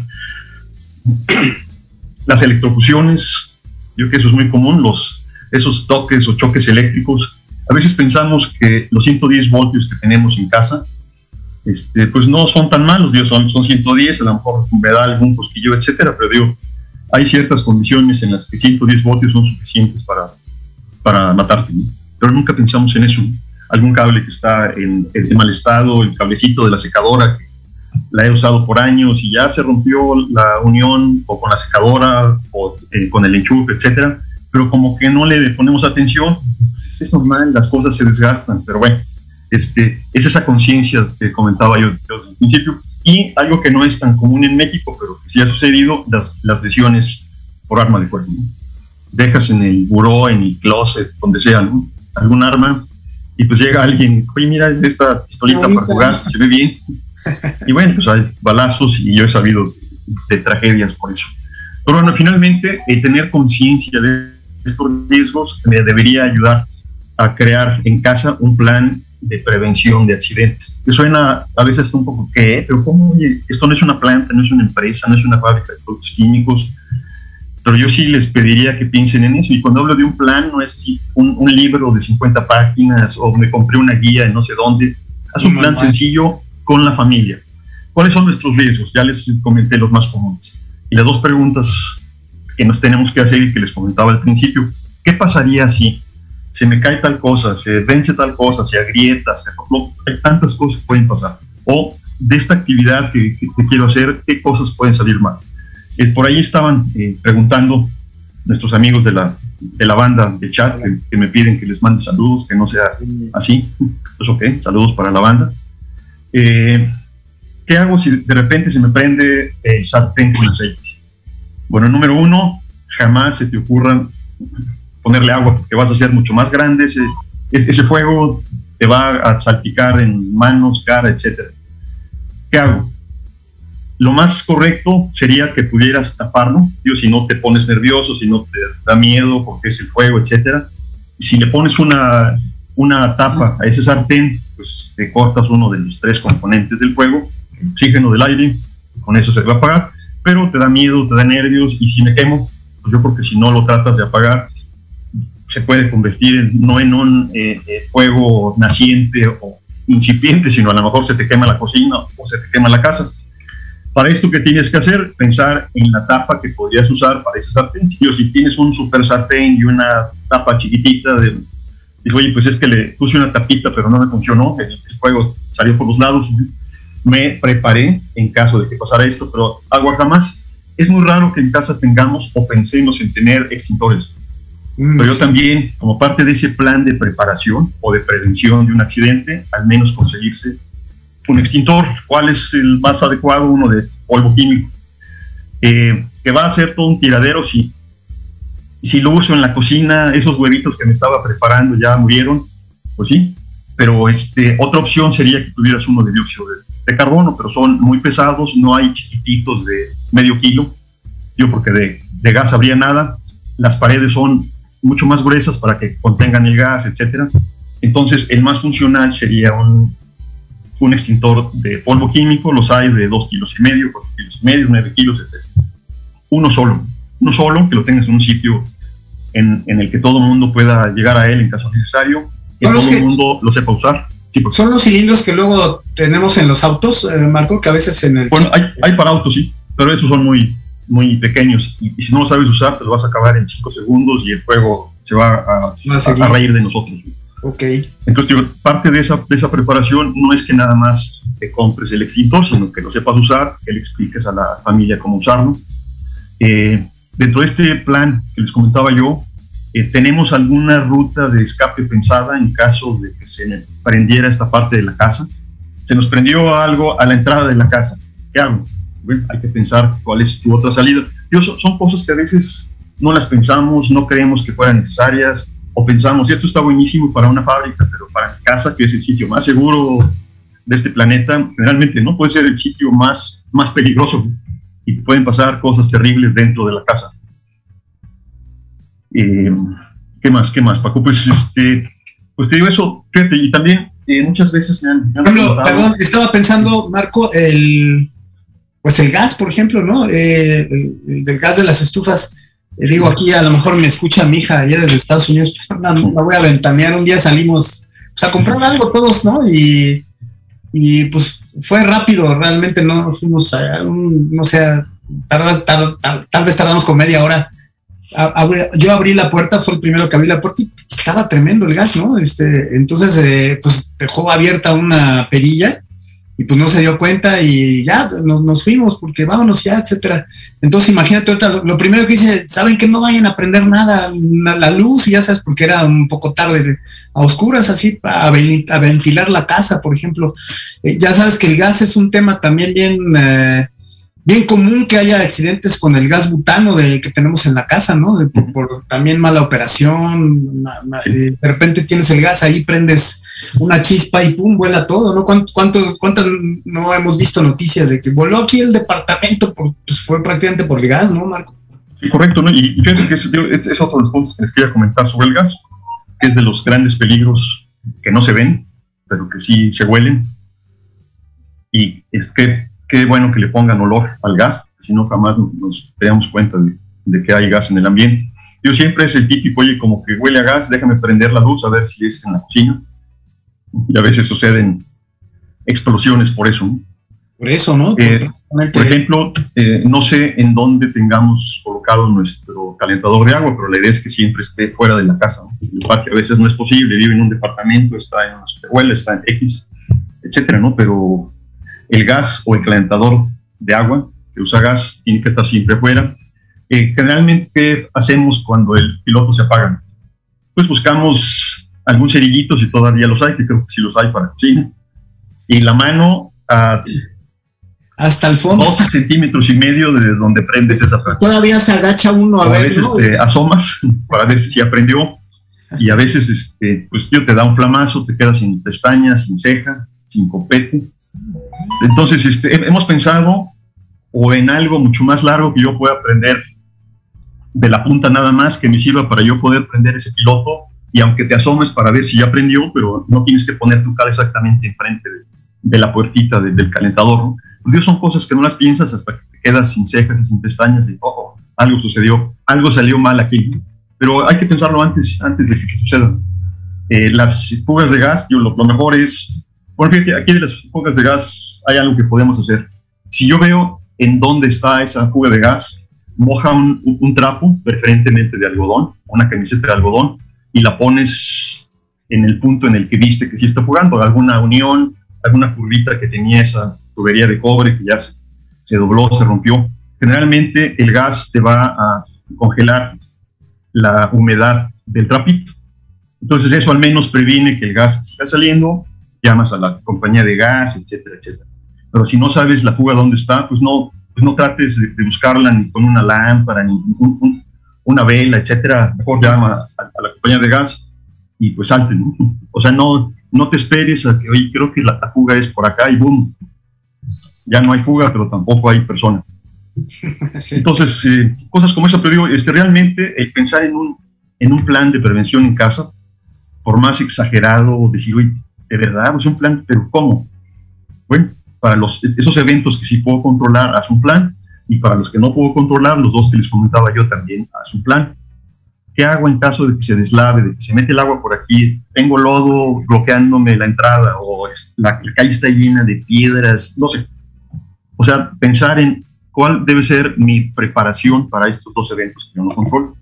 Las electrofusiones, yo creo que eso es muy común, esos toques o choques eléctricos. A veces pensamos que los 110 voltios que tenemos en casa, pues no son tan malos, digo, son 110, a lo mejor me da algún cosquillo, etcétera, pero digo, hay ciertas condiciones en las que 110 voltios son suficientes para matarte, ¿no? Pero nunca pensamos en eso, ¿no? Algún cable que está en mal estado, el cablecito de la secadora, que la he usado por años y ya se rompió la unión o con la secadora o con el enchufe, etcétera, pero como que no le ponemos atención, pues es normal, las cosas se desgastan, pero bueno, es esa conciencia que comentaba yo desde el principio. Y algo que no es tan común en México, pero que sí ha sucedido, las lesiones por arma de fuego, ¿no? Dejas en el buró, en el closet, donde sea, ¿no? Algún arma, y pues llega alguien, oye, mira, esta pistolita para jugar, se ve bien. Y bueno, pues hay balazos, y yo he sabido de tragedias por eso. Pero bueno, finalmente, tener conciencia de estos riesgos me debería ayudar a crear en casa un plan de prevención de accidentes. Que suena a veces un poco, ¿qué? Pero ¿cómo? Oye, esto no es una planta, no es una empresa, no es una fábrica de productos químicos. pero yo sí les pediría que piensen en eso. Y cuando hablo de un plan, no es así un libro de 50 páginas o me compré una guía de no sé dónde. Haz un plan sencillo con la familia. ¿Cuáles son nuestros riesgos? Ya les comenté los más comunes. Y las dos preguntas que nos tenemos que hacer y que les comentaba al principio. ¿Qué pasaría si se me cae tal cosa, se vence tal cosa, se agrieta, hay tantas cosas que pueden pasar? O de esta actividad que quiero hacer, ¿qué cosas pueden salir mal? Por ahí estaban preguntando nuestros amigos de la banda de chat que me piden que les mande saludos, que no sea así. Pues ok, saludos para la banda. ¿Qué hago si de repente se me prende el sartén con aceite? Bueno, número uno, jamás se te ocurra ponerle agua, porque vas a hacer mucho más grande ese fuego, te va a salpicar en manos, cara, etcétera. ¿Qué hago? Lo más correcto sería que pudieras taparlo, digo, si no te pones nervioso, si no te da miedo porque es el fuego, etcétera. Si le pones una tapa a ese sartén, pues te cortas uno de los 3 componentes del fuego, el oxígeno del aire, con eso se va a apagar, pero te da miedo, te da nervios, y si me quemo, pues yo creo que si no lo tratas de apagar, se puede convertir no en un fuego naciente o incipiente, sino a lo mejor se te quema la cocina o se te quema la casa. Para esto, ¿qué tienes que hacer? Pensar en la tapa que podrías usar para ese sartén. Si tienes un super sartén y una tapa chiquitita, digo, oye, pues es que le puse una tapita pero no me funcionó, el fuego salió por los lados, me preparé en caso de que pasara esto, pero agua jamás. Es muy raro que en casa tengamos o pensemos en tener extintores. Pero yo también, como parte de ese plan de preparación o de prevención de un accidente, al menos conseguirse un extintor. ¿Cuál es el más adecuado? Uno de polvo químico, que va a ser todo un tiradero si lo uso en la cocina. Esos huevitos que me estaba preparando ya murieron, pues sí, pero otra opción sería que tuvieras uno de dióxido de carbono, pero son muy pesados, no hay chiquititos de medio kilo, porque de gas habría nada, las paredes son mucho más gruesas para que contengan el gas, etcétera. Entonces el más funcional sería un extintor de polvo químico. Los hay de 2,5 kilos, 4,5 kilos, 9 kilos, etc. Uno solo, que lo tengas en un sitio en el que todo el mundo pueda llegar a él en caso necesario, que todo el mundo lo sepa usar. Sí, pues. Son los cilindros que luego tenemos en los autos, Marco, que a veces en el... Bueno, hay para autos, sí, pero esos son muy, muy pequeños, y si no lo sabes usar, te lo vas a acabar en 5 segundos y el fuego se va a reír de nosotros. Okay. Entonces, digo, parte de esa preparación no es que nada más te compres el extintor, sino que lo sepas usar, que le expliques a la familia cómo usarlo. Dentro de este plan que les comentaba yo, tenemos alguna ruta de escape pensada en caso de que se prendiera esta parte de la casa. Se nos prendió algo a la entrada de la casa. ¿Qué hago? Bueno, hay que pensar cuál es tu otra salida. Son cosas que a veces no las pensamos, no creemos que fueran necesarias, o pensamos, esto está buenísimo para una fábrica, pero para mi casa, que es el sitio más seguro de este planeta, generalmente no puede ser el sitio más peligroso, y pueden pasar cosas terribles dentro de la casa. ¿Qué más, Paco? Pues te digo eso, fíjate, y también muchas veces me han perdón, estaba pensando, Marco, el gas, por ejemplo, ¿no? El gas de las estufas. Digo, aquí a lo mejor me escucha mi hija allá desde Estados Unidos, pero no voy a ventanear. Un día salimos a comprar algo todos, ¿no? Y pues fue rápido, realmente no fuimos no sé, tal vez tardamos con media hora. Yo abrí la puerta, fue el primero que abrí la puerta y estaba tremendo el gas, ¿no? Entonces, pues dejó abierta una perilla y pues no se dio cuenta y ya nos fuimos porque vámonos ya, etcétera. Entonces imagínate, ahorita lo primero que hice, saben que no vayan a prender nada, la luz, y ya sabes, porque era un poco tarde, a oscuras, así, a ventilar la casa, por ejemplo. Ya sabes que el gas es un tema también bien común, que haya accidentes con el gas butano que tenemos en la casa, ¿no? Por también mala operación, de repente tienes el gas ahí, prendes una chispa y pum, vuela todo, ¿no? ¿Cuántas no hemos visto noticias de que voló aquí el departamento? Pues fue prácticamente por el gas, ¿no, Marco? Sí, correcto, ¿no? Y fíjate que es otro de los puntos que les quería comentar sobre el gas, que es de los grandes peligros que no se ven, pero que sí se huelen, y es que qué bueno que le pongan olor al gas, si no jamás nos damos cuenta de que hay gas en el ambiente. Yo siempre es el típico, oye, como que huele a gas, déjame prender la luz a ver si es en la cocina. Y a veces suceden explosiones por eso, ¿no? Por eso, ¿no? Por ejemplo, no sé en dónde tengamos colocado nuestro calentador de agua, pero la idea es que siempre esté fuera de la casa, ¿no? El patio a veces no es posible, vive en un departamento, está en una escuela, está en X, etcétera, ¿no? Pero el gas o el calentador de agua que usa gas tiene que estar siempre afuera. Generalmente, ¿qué hacemos cuando el piloto se apaga? Pues buscamos algún cerillito, si todavía los hay, que creo que sí los hay para cocina, y la mano hasta el fondo, 2,5 centímetros de donde prendes esa planta. Todavía se agacha uno a ver, ¿no? Asomas para ver si aprendió, y a veces pues tío, te da un flamazo, te quedas sin pestañas, sin ceja, sin copete. Entonces hemos pensado o en algo mucho más largo que yo pueda prender de la punta nada más, que me sirva para yo poder prender ese piloto, y aunque te asomes para ver si ya prendió, pero no tienes que poner tu cara exactamente enfrente de la puertita del calentador, ¿no? Pues son cosas que no las piensas hasta que te quedas sin cejas y sin pestañas y algo sucedió, algo salió mal aquí. Pero hay que pensarlo antes de que suceda. Las fugas de gas, lo mejor es, bueno, fíjate, aquí de las fugas de gas hay algo que podemos hacer. Si yo veo en dónde está esa fuga de gas, moja un trapo, preferentemente de algodón, una camiseta de algodón, y la pones en el punto en el que viste que sí está fugando, alguna unión, alguna curvita que tenía esa tubería de cobre que ya se dobló, se rompió. Generalmente el gas te va a congelar la humedad del trapito. Entonces eso al menos previene que el gas siga saliendo, llamas a la compañía de gas, etcétera, etcétera. Pero si no sabes la fuga dónde está, pues no trates de buscarla ni con una lámpara, ni una vela, etcétera. Mejor llama a la compañía de gas y pues salte, ¿no? O sea, no te esperes a que, oye, creo que la fuga es por acá y boom, ya no hay fuga, pero tampoco hay persona. Sí. Entonces, cosas como esa, pero digo, realmente el pensar en un plan de prevención en casa, por más exagerado, decir, oye, de verdad, pues un plan, pero ¿cómo? Bueno, para esos eventos que sí puedo controlar, haz un plan, y para los que no puedo controlar, los dos que les comentaba yo también, haz un plan. ¿Qué hago en caso de que se deslave, de que se mete el agua por aquí? Tengo lodo bloqueándome la entrada, o la calle está llena de piedras, no sé. O sea, pensar en cuál debe ser mi preparación para estos dos eventos que yo no controlo.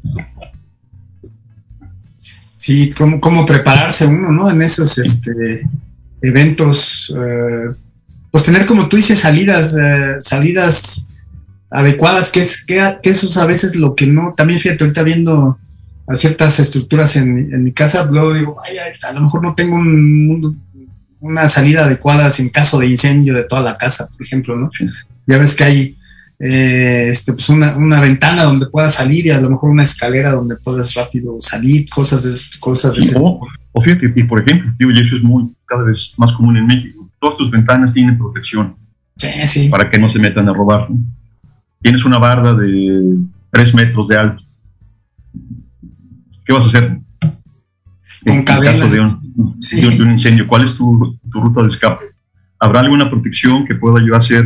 Sí, cómo prepararse uno, ¿no? En esos eventos, pues tener, como tú dices, salidas adecuadas, que eso es a veces lo que no. También fíjate, ahorita viendo a ciertas estructuras en mi casa, luego digo, a lo mejor no tengo una salida adecuada en caso de incendio de toda la casa, por ejemplo, ¿no? Sí. Ya ves que hay pues una ventana donde puedas salir, y a lo mejor una escalera donde puedas rápido salir, cosas de ese tipo. O fíjate, y por ejemplo, y eso es cada vez más común en México, todas tus ventanas tienen protección. Sí. Para que no se metan a robar, ¿no? Tienes una barda de 3 metros de alto. ¿Qué vas a hacer? Con cadenas. De un incendio, ¿cuál es tu ruta de escape? ¿Habrá alguna protección que pueda yo hacer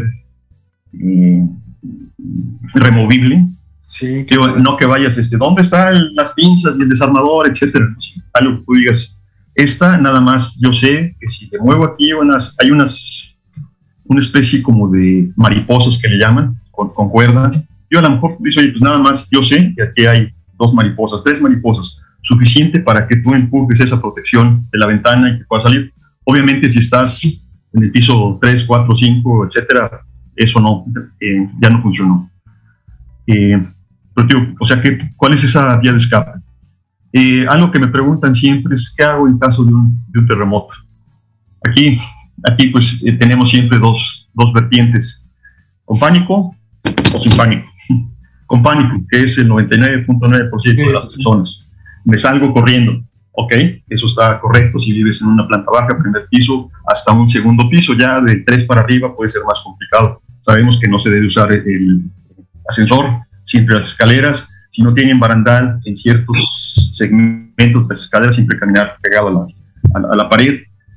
removible? Sí. No que vayas, ¿dónde están las pinzas y el desarmador, etcétera? Algo que tú digas, nada más, yo sé que si te muevo aquí, hay una especie como de mariposas que le llaman, con cuerda. Yo a lo mejor digo, oye, pues nada más, yo sé que aquí hay 2 mariposas, 3 mariposas, suficiente para que tú empujes esa protección de la ventana y que pueda salir. Obviamente, si estás en el piso 3, 4, 5, etcétera, eso no, ya no funcionó. Pero tío, o sea, ¿cuál es esa vía de escape? Algo que me preguntan siempre es, ¿qué hago en caso de un terremoto? Aquí pues tenemos siempre dos vertientes, con pánico o sin pánico. Con pánico, que es el 99.9% de las personas. Me salgo corriendo. Ok, eso está correcto si vives en una planta baja, primer piso, hasta un segundo piso. Ya de 3 para arriba puede ser más complicado. Sabemos que no se debe usar el ascensor, siempre las escaleras. Si no tienen barandal en ciertos segmentos de las escaleras, siempre caminar pegado a la pared.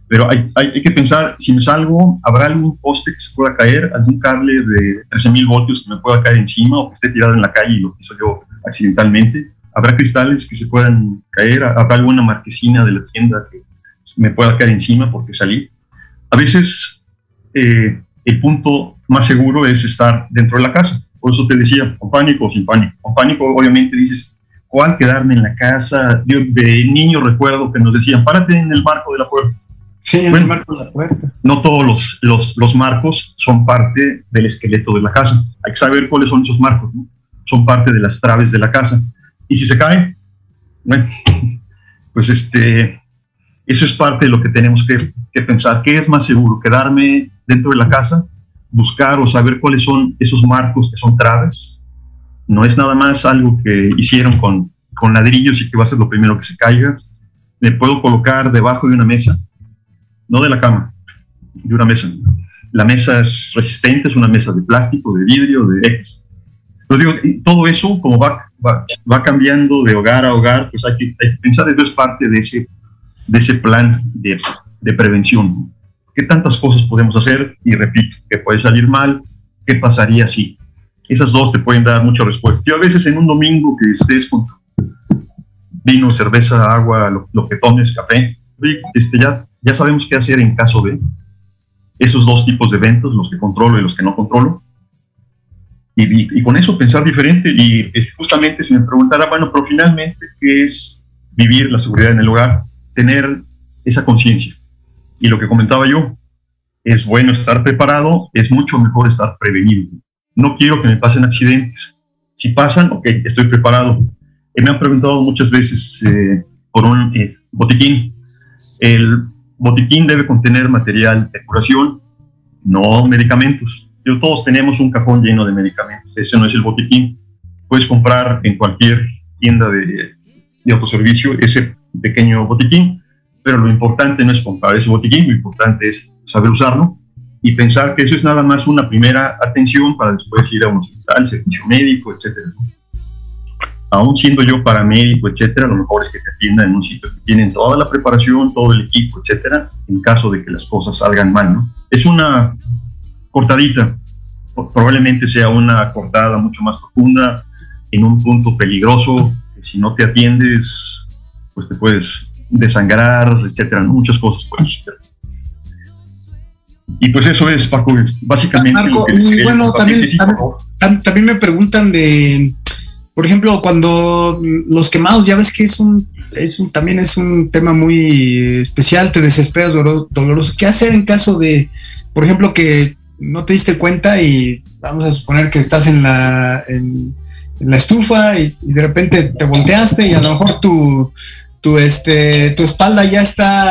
Pero hay que pensar, si me salgo, ¿habrá algún poste que se pueda caer? ¿Algún cable de 13.000 voltios que me pueda caer encima o que esté tirado en la calle y lo piso yo accidentalmente? ¿Habrá cristales que se puedan caer? ¿Habrá alguna marquesina de la tienda que me pueda caer encima porque salí? A veces el punto más seguro es estar dentro de la casa. Por eso te decía, con pánico o sin pánico. Con pánico, obviamente, dices, ¿cuál quedarme en la casa? Yo de niño recuerdo que nos decían, párate en el marco de la puerta. Sí, en el marco de la puerta. No todos los marcos son parte del esqueleto de la casa. Hay que saber cuáles son esos marcos, ¿no? Son parte de las traves de la casa. Y si se cae, bueno, pues eso es parte de lo que tenemos que pensar. ¿Qué es más seguro? ¿Quedarme dentro de la casa? ¿Buscar o saber cuáles son esos marcos que son traves? No es nada más algo que hicieron con ladrillos y que va a ser lo primero que se caiga. Me puedo colocar debajo de una mesa, no de la cama, de una mesa. La mesa es resistente, es una mesa de plástico, de vidrio, de X. Pero digo, todo eso, como va cambiando de hogar a hogar, pues hay que pensar, eso es parte de ese plan de prevención. ¿Qué tantas cosas podemos hacer? Y repito, ¿qué puede salir mal? ¿Qué pasaría si? Esas dos te pueden dar muchas respuestas. Yo a veces en un domingo que estés con vino, cerveza, agua, lo que tomes, café, ya sabemos qué hacer en caso de esos dos tipos de eventos, los que controlo y los que no controlo. Y con eso pensar diferente. Y justamente si me preguntara, bueno, pero finalmente, ¿qué es vivir la seguridad en el hogar? Tener esa conciencia. Y lo que comentaba yo, es bueno estar preparado, es mucho mejor estar prevenido. No quiero que me pasen accidentes. Si pasan, ok, estoy preparado. Me han preguntado muchas veces por un botiquín. El botiquín debe contener material de curación, no medicamentos. Todos tenemos un cajón lleno de medicamentos. Ese no es el botiquín. Puedes comprar en cualquier tienda de autoservicio ese pequeño botiquín, pero lo importante no es comprar ese botiquín, lo importante es saber usarlo y pensar que eso es nada más una primera atención para después ir a un hospital, servicio médico, etcétera. Aún siendo yo paramédico, etcétera, lo mejor es que te atiendan en un sitio que tienen toda la preparación, todo el equipo, etcétera, en caso de que las cosas salgan mal, ¿no? Es una cortadita, probablemente sea una cortada mucho más profunda, en un punto peligroso, que si no te atiendes, pues te puedes desangrar, etcétera, ¿no? Muchas cosas pueden suceder. Y pues eso es, Paco, básicamente. Marco, y bueno, también me preguntan de, por ejemplo, cuando los quemados, ya ves que también es un tema muy especial, te desesperas, doloroso. ¿Qué hacer en caso de, por ejemplo, que no te diste cuenta y vamos a suponer que estás en la estufa y de repente te volteaste y a lo mejor tu espalda ya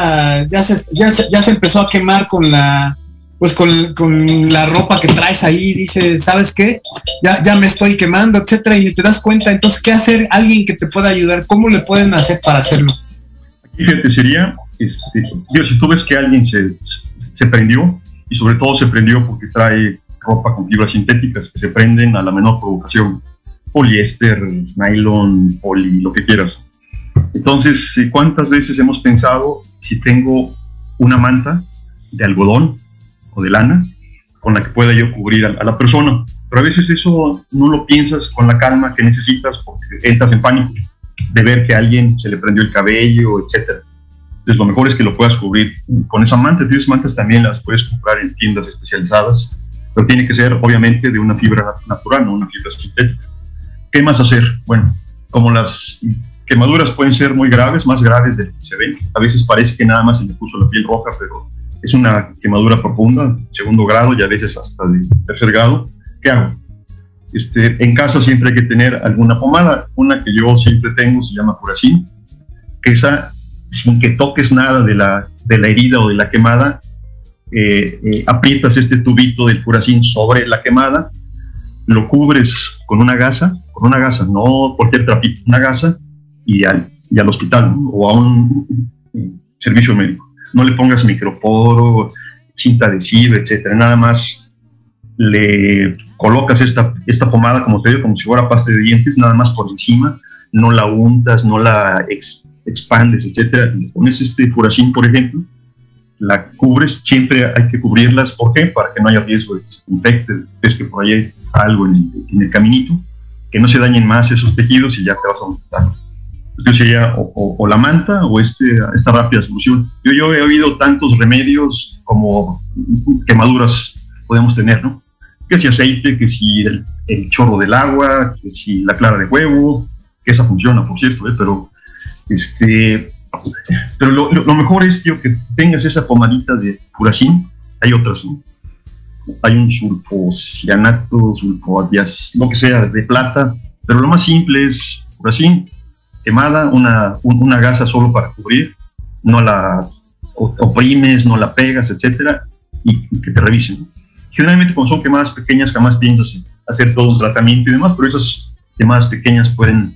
se empezó a quemar con la ropa que traes ahí, dices, ¿sabes qué? Ya me estoy quemando, etcétera, y te das cuenta. Entonces, ¿qué hacer? Alguien que te pueda ayudar, ¿cómo le pueden hacer para hacerlo? Aquí, fíjate, sería, si tú ves que alguien se prendió, y sobre todo se prendió porque trae ropa con fibras sintéticas que se prenden a la menor provocación, poliéster, nylon, poli, lo que quieras. Entonces, ¿cuántas veces hemos pensado si tengo una manta de algodón o de lana con la que pueda yo cubrir a la persona? Pero a veces eso no lo piensas con la calma que necesitas porque entras en pánico de ver que a alguien se le prendió el cabello, etcétera. Entonces lo mejor es que lo puedas cubrir con esa manta. Esas mantas también las puedes comprar en tiendas especializadas, pero tiene que ser obviamente de una fibra natural, no una fibra sintética. ¿Qué más hacer? Bueno, como las quemaduras pueden ser muy graves, más graves de lo que se ven. A veces parece que nada más se me puso la piel roja, pero es una quemadura profunda, segundo grado y a veces hasta de tercer grado. ¿Qué hago? En casa siempre hay que tener alguna pomada. Una que yo siempre tengo se llama Curacin, que esa, sin que toques nada de la herida o de la quemada, aprietas este tubito del Curacin sobre la quemada, lo cubres con una gasa, no cualquier trapito, una gasa, y al hospital, ¿no? O a un servicio médico. No le pongas microporo, cinta adhesiva, etcétera. Nada más le colocas esta pomada, como te digo, como si fuera pasta de dientes, nada más por encima, no la untas, no la expandes, etcétera. Le pones Curacin, por ejemplo, la cubres, siempre hay que cubrirlas. ¿Por qué? Para que no haya riesgo de que se infecte, es que por ahí hay algo en el caminito, que no se dañen más esos tejidos y ya te vas a aumentar. Entonces sería o la manta o esta rápida solución. Yo he oído tantos remedios como quemaduras podemos tener, ¿no? Que si aceite, que si el chorro del agua, que si la clara de huevo, que esa funciona, por cierto, pero lo mejor es, tío, que tengas esa pomadita de furacin. Hay otras, ¿no? Hay un sulfocianato, lo que sea, de plata, pero lo más simple es furacin, quemada, una gasa solo para cubrir, no la oprimes, no la pegas, etcétera, y que te revisen. Generalmente cuando son quemadas pequeñas jamás piensas hacer todo un tratamiento y demás, pero esas quemadas pequeñas pueden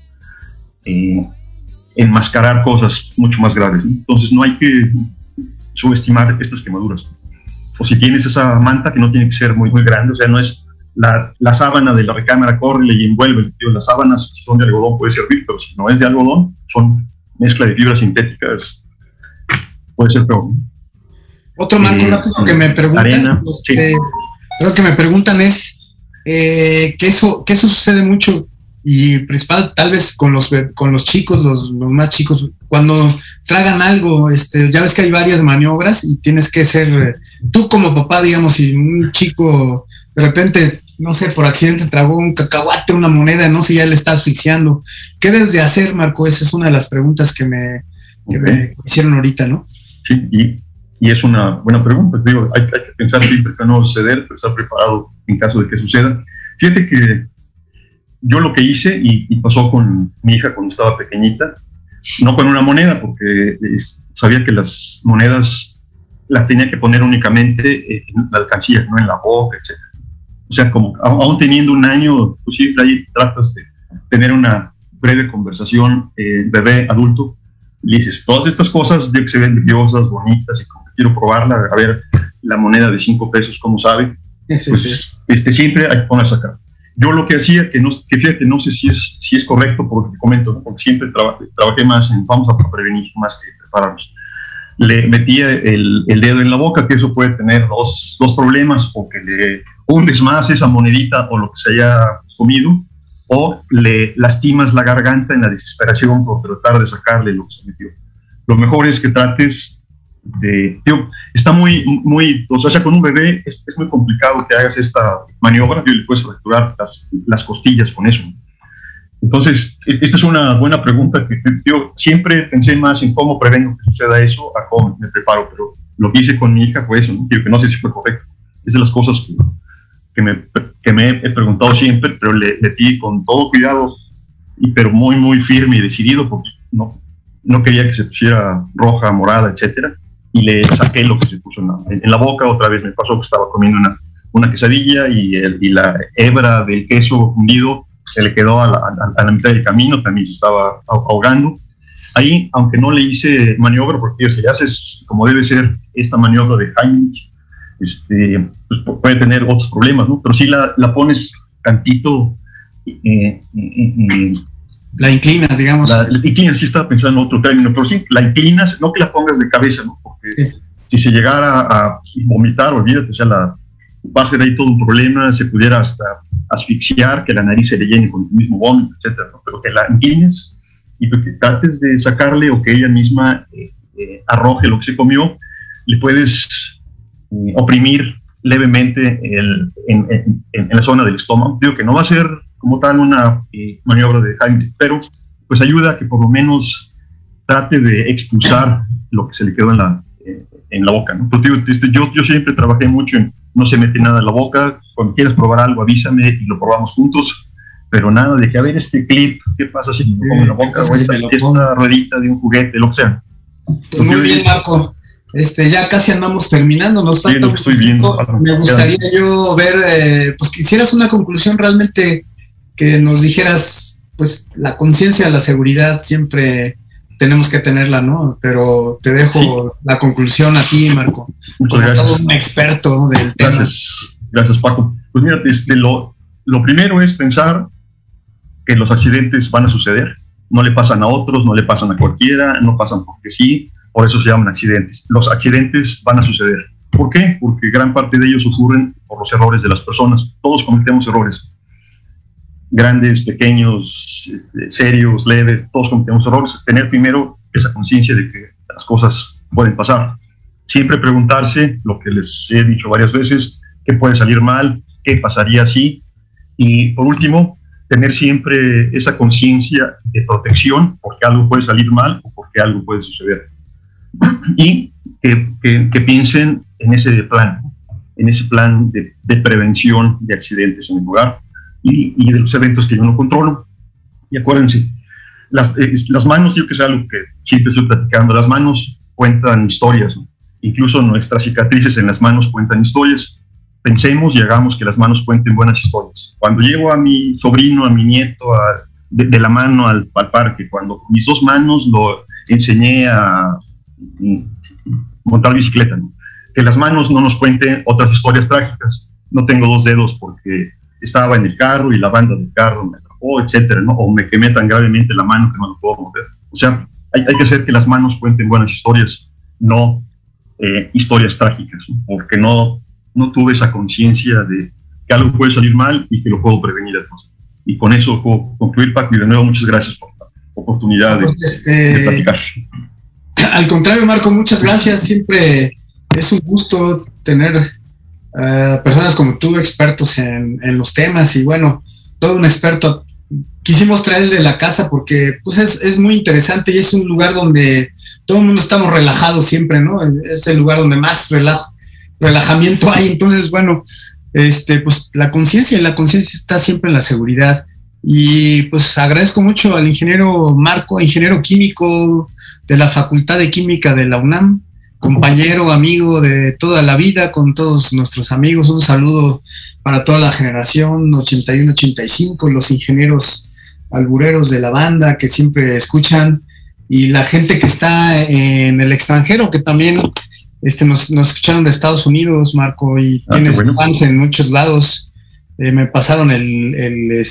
enmascarar cosas mucho más graves, ¿no? Entonces no hay que subestimar estas quemaduras. O si tienes esa manta, que no tiene que ser muy, muy grande, o sea, no es la sábana de la recámara, córrele y envuelve. Las sábanas, si son de algodón, puede servir, pero si no es de algodón, son mezcla de fibras sintéticas, puede ser peor, ¿no? Otro, Marco, rápido que me preguntan, arena, creo que me preguntan es que eso sucede mucho, y principal tal vez con los chicos, los más chicos, cuando tragan algo, ya ves que hay varias maniobras y tienes que ser, tú como papá, digamos, si un chico de repente, no sé, por accidente tragó un cacahuate, una moneda, no sé, ya le está asfixiando, ¿qué debes de hacer, Marco? Esa es una de las preguntas que me hicieron ahorita, ¿no? Sí, y es una buena pregunta. Digo, hay que pensar siempre que no va a suceder, pero estar preparado en caso de que suceda. Fíjate que yo lo que hice, y pasó con mi hija cuando estaba pequeñita, no con una moneda, porque sabía que las monedas las tenía que poner únicamente en la alcancía, no en la boca, etc. O sea, como aún teniendo un año, pues siempre ahí tratas de tener una breve conversación bebé, adulto, y le dices, todas estas cosas yo que se ven nerviosas, bonitas, y como que quiero probarla, a ver la moneda de 5 pesos, ¿cómo sabe? Sí, pues, sí. Siempre hay que ponerse acá. Yo lo que hacía, que fíjate, no sé si es correcto, porque te comento, ¿no? Porque siempre trabajé más en vamos a prevenir más que prepararnos. Le metía el dedo en la boca, que eso puede tener dos problemas, o que le hundes más esa monedita o lo que se haya comido, o le lastimas la garganta en la desesperación por tratar de sacarle lo que se metió. Lo mejor es que trates está muy, o sea, con un bebé es muy complicado que hagas esta maniobra, le puedes fracturar las costillas con eso. Entonces, esta es una buena pregunta que yo siempre pensé más en cómo prevengo que suceda eso a cómo me preparo, pero lo que hice con mi hija fue eso, ¿no? Que no sé si fue correcto. Es de las cosas que me he preguntado siempre, pero le di con todo cuidado, pero muy, muy firme y decidido, porque no quería que se pusiera roja, morada, etcétera. Y le saqué lo que se puso en la boca. Otra vez me pasó que estaba comiendo una quesadilla y la hebra del queso fundido se le quedó a la mitad del camino, también se estaba ahogando. Ahí, aunque no le hice maniobra, porque si haces como debe ser esta maniobra de Heimlich, pues puede tener otros problemas, ¿no? Pero si la pones tantito... la inclinas, digamos. La inclinas, sí estaba pensando en otro término, pero sí, la inclinas, no que la pongas de cabeza, ¿no? Porque si se llegara a vomitar, olvídate, o sea, va a ser ahí todo un problema, se pudiera hasta asfixiar, que la nariz se le llene con el mismo vómito, etcétera, ¿no? Pero que la inclines y que trates de sacarle o que ella misma arroje lo que se comió, le puedes oprimir levemente en la zona del estómago. Digo que no va a ser como tal una maniobra de Heimlich, pero pues ayuda a que por lo menos trate de expulsar lo que se le quedó en la boca, ¿no? Pero, yo siempre trabajé mucho en no se mete nada en la boca, cuando quieras probar algo avísame y lo probamos juntos, pero nada de que a ver este clip, ¿qué pasa si me pongo en la boca? O esta ruedita de un juguete, lo que sea. Pues muy bien, Marco. Ya casi andamos terminando, nos falta un poquito. Me gustaría yo ver, pues quisieras una conclusión realmente, que nos dijeras, pues la conciencia, la seguridad siempre tenemos que tenerla, ¿no? Pero te dejo la conclusión a ti, Marco. Muchas gracias. Todo un experto del tema. Gracias, Paco. Pues mira, lo primero es pensar que los accidentes van a suceder, no le pasan a otros, no le pasan a cualquiera, no pasan porque sí, por eso se llaman accidentes. Los accidentes van a suceder. ¿Por qué? Porque gran parte de ellos ocurren por los errores de las personas. Todos cometemos errores. Grandes, pequeños, serios, leves, todos cometemos errores. Tener primero esa conciencia de que las cosas pueden pasar. Siempre preguntarse, lo que les he dicho varias veces, qué puede salir mal, qué pasaría si. Y por último, tener siempre esa conciencia de protección, porque algo puede salir mal o porque algo puede suceder. Y que piensen en ese plan de prevención de accidentes en el lugar y de los eventos que yo no controlo. Y acuérdense, las manos, yo que es algo que siempre estoy platicando, las manos cuentan historias, ¿no? Incluso nuestras cicatrices en las manos cuentan historias. Pensemos y hagamos que las manos cuenten buenas historias. Cuando llevo a mi sobrino, a mi nieto, de la mano al parque, cuando con mis 2 manos lo enseñé a montar bicicleta, ¿no? Que las manos no nos cuenten otras historias trágicas. No tengo 2 dedos porque estaba en el carro y la banda del carro me atrapó, etcétera, ¿no? O me quemé tan gravemente la mano que no lo puedo mover. O sea, hay que hacer que las manos cuenten buenas historias, no historias trágicas, ¿no? Porque no tuve esa conciencia de que algo puede salir mal y que lo puedo prevenir. Y con eso puedo concluir, Paco, y de nuevo muchas gracias por la oportunidad de platicar. Al contrario, Marco, muchas gracias. Siempre es un gusto tener personas como tú, expertos en los temas, y bueno, todo un experto. Quisimos traer el de la casa porque pues es muy interesante y es un lugar donde todo el mundo estamos relajados siempre, ¿no? Es el lugar donde más relajamiento hay. Entonces, bueno, pues la conciencia está siempre en la seguridad. Y pues agradezco mucho al ingeniero Marco, ingeniero químico de la Facultad de Química de la UNAM, compañero, amigo de toda la vida, con todos nuestros amigos. Un saludo para toda la generación 81-85, los ingenieros albureros de la banda que siempre escuchan, y la gente que está en el extranjero, que también nos escucharon de Estados Unidos, Marco, y tienes fans en muchos lados. Me pasaron el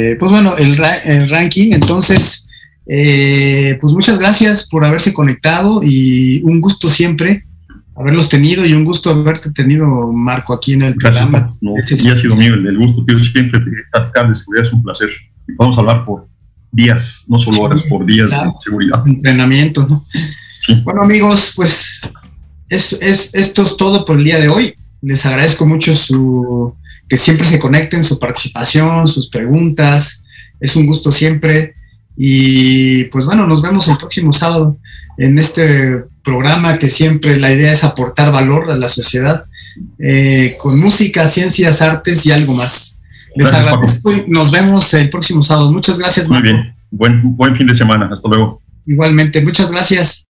ranking. Entonces, pues muchas gracias por haberse conectado, y un gusto siempre haberlos tenido, y un gusto haberte tenido, Marco, aquí en el programa. No, ya ha sido mío el gusto, tío, siempre platicar de seguridad es un placer. Y podemos hablar por días, no solo horas, por días, claro, de seguridad. Entrenamiento, ¿no? Sí. Bueno, amigos, pues esto es todo por el día de hoy. Les agradezco mucho que siempre se conecten, su participación, sus preguntas. Es un gusto siempre. Y pues bueno, nos vemos el próximo sábado en este programa, que siempre la idea es aportar valor a la sociedad, con música, ciencias, artes y algo más. Les agradezco y nos vemos el próximo sábado. Muchas gracias, Marco. Muy bien, buen fin de semana. Hasta luego. Igualmente, muchas gracias.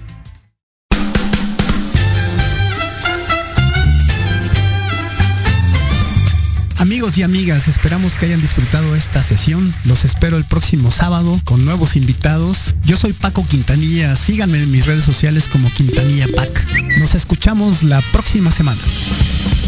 Amigos y amigas, esperamos que hayan disfrutado esta sesión. Los espero el próximo sábado con nuevos invitados. Yo soy Paco Quintanilla. Síganme en mis redes sociales como Quintanilla Pac. Nos escuchamos la próxima semana.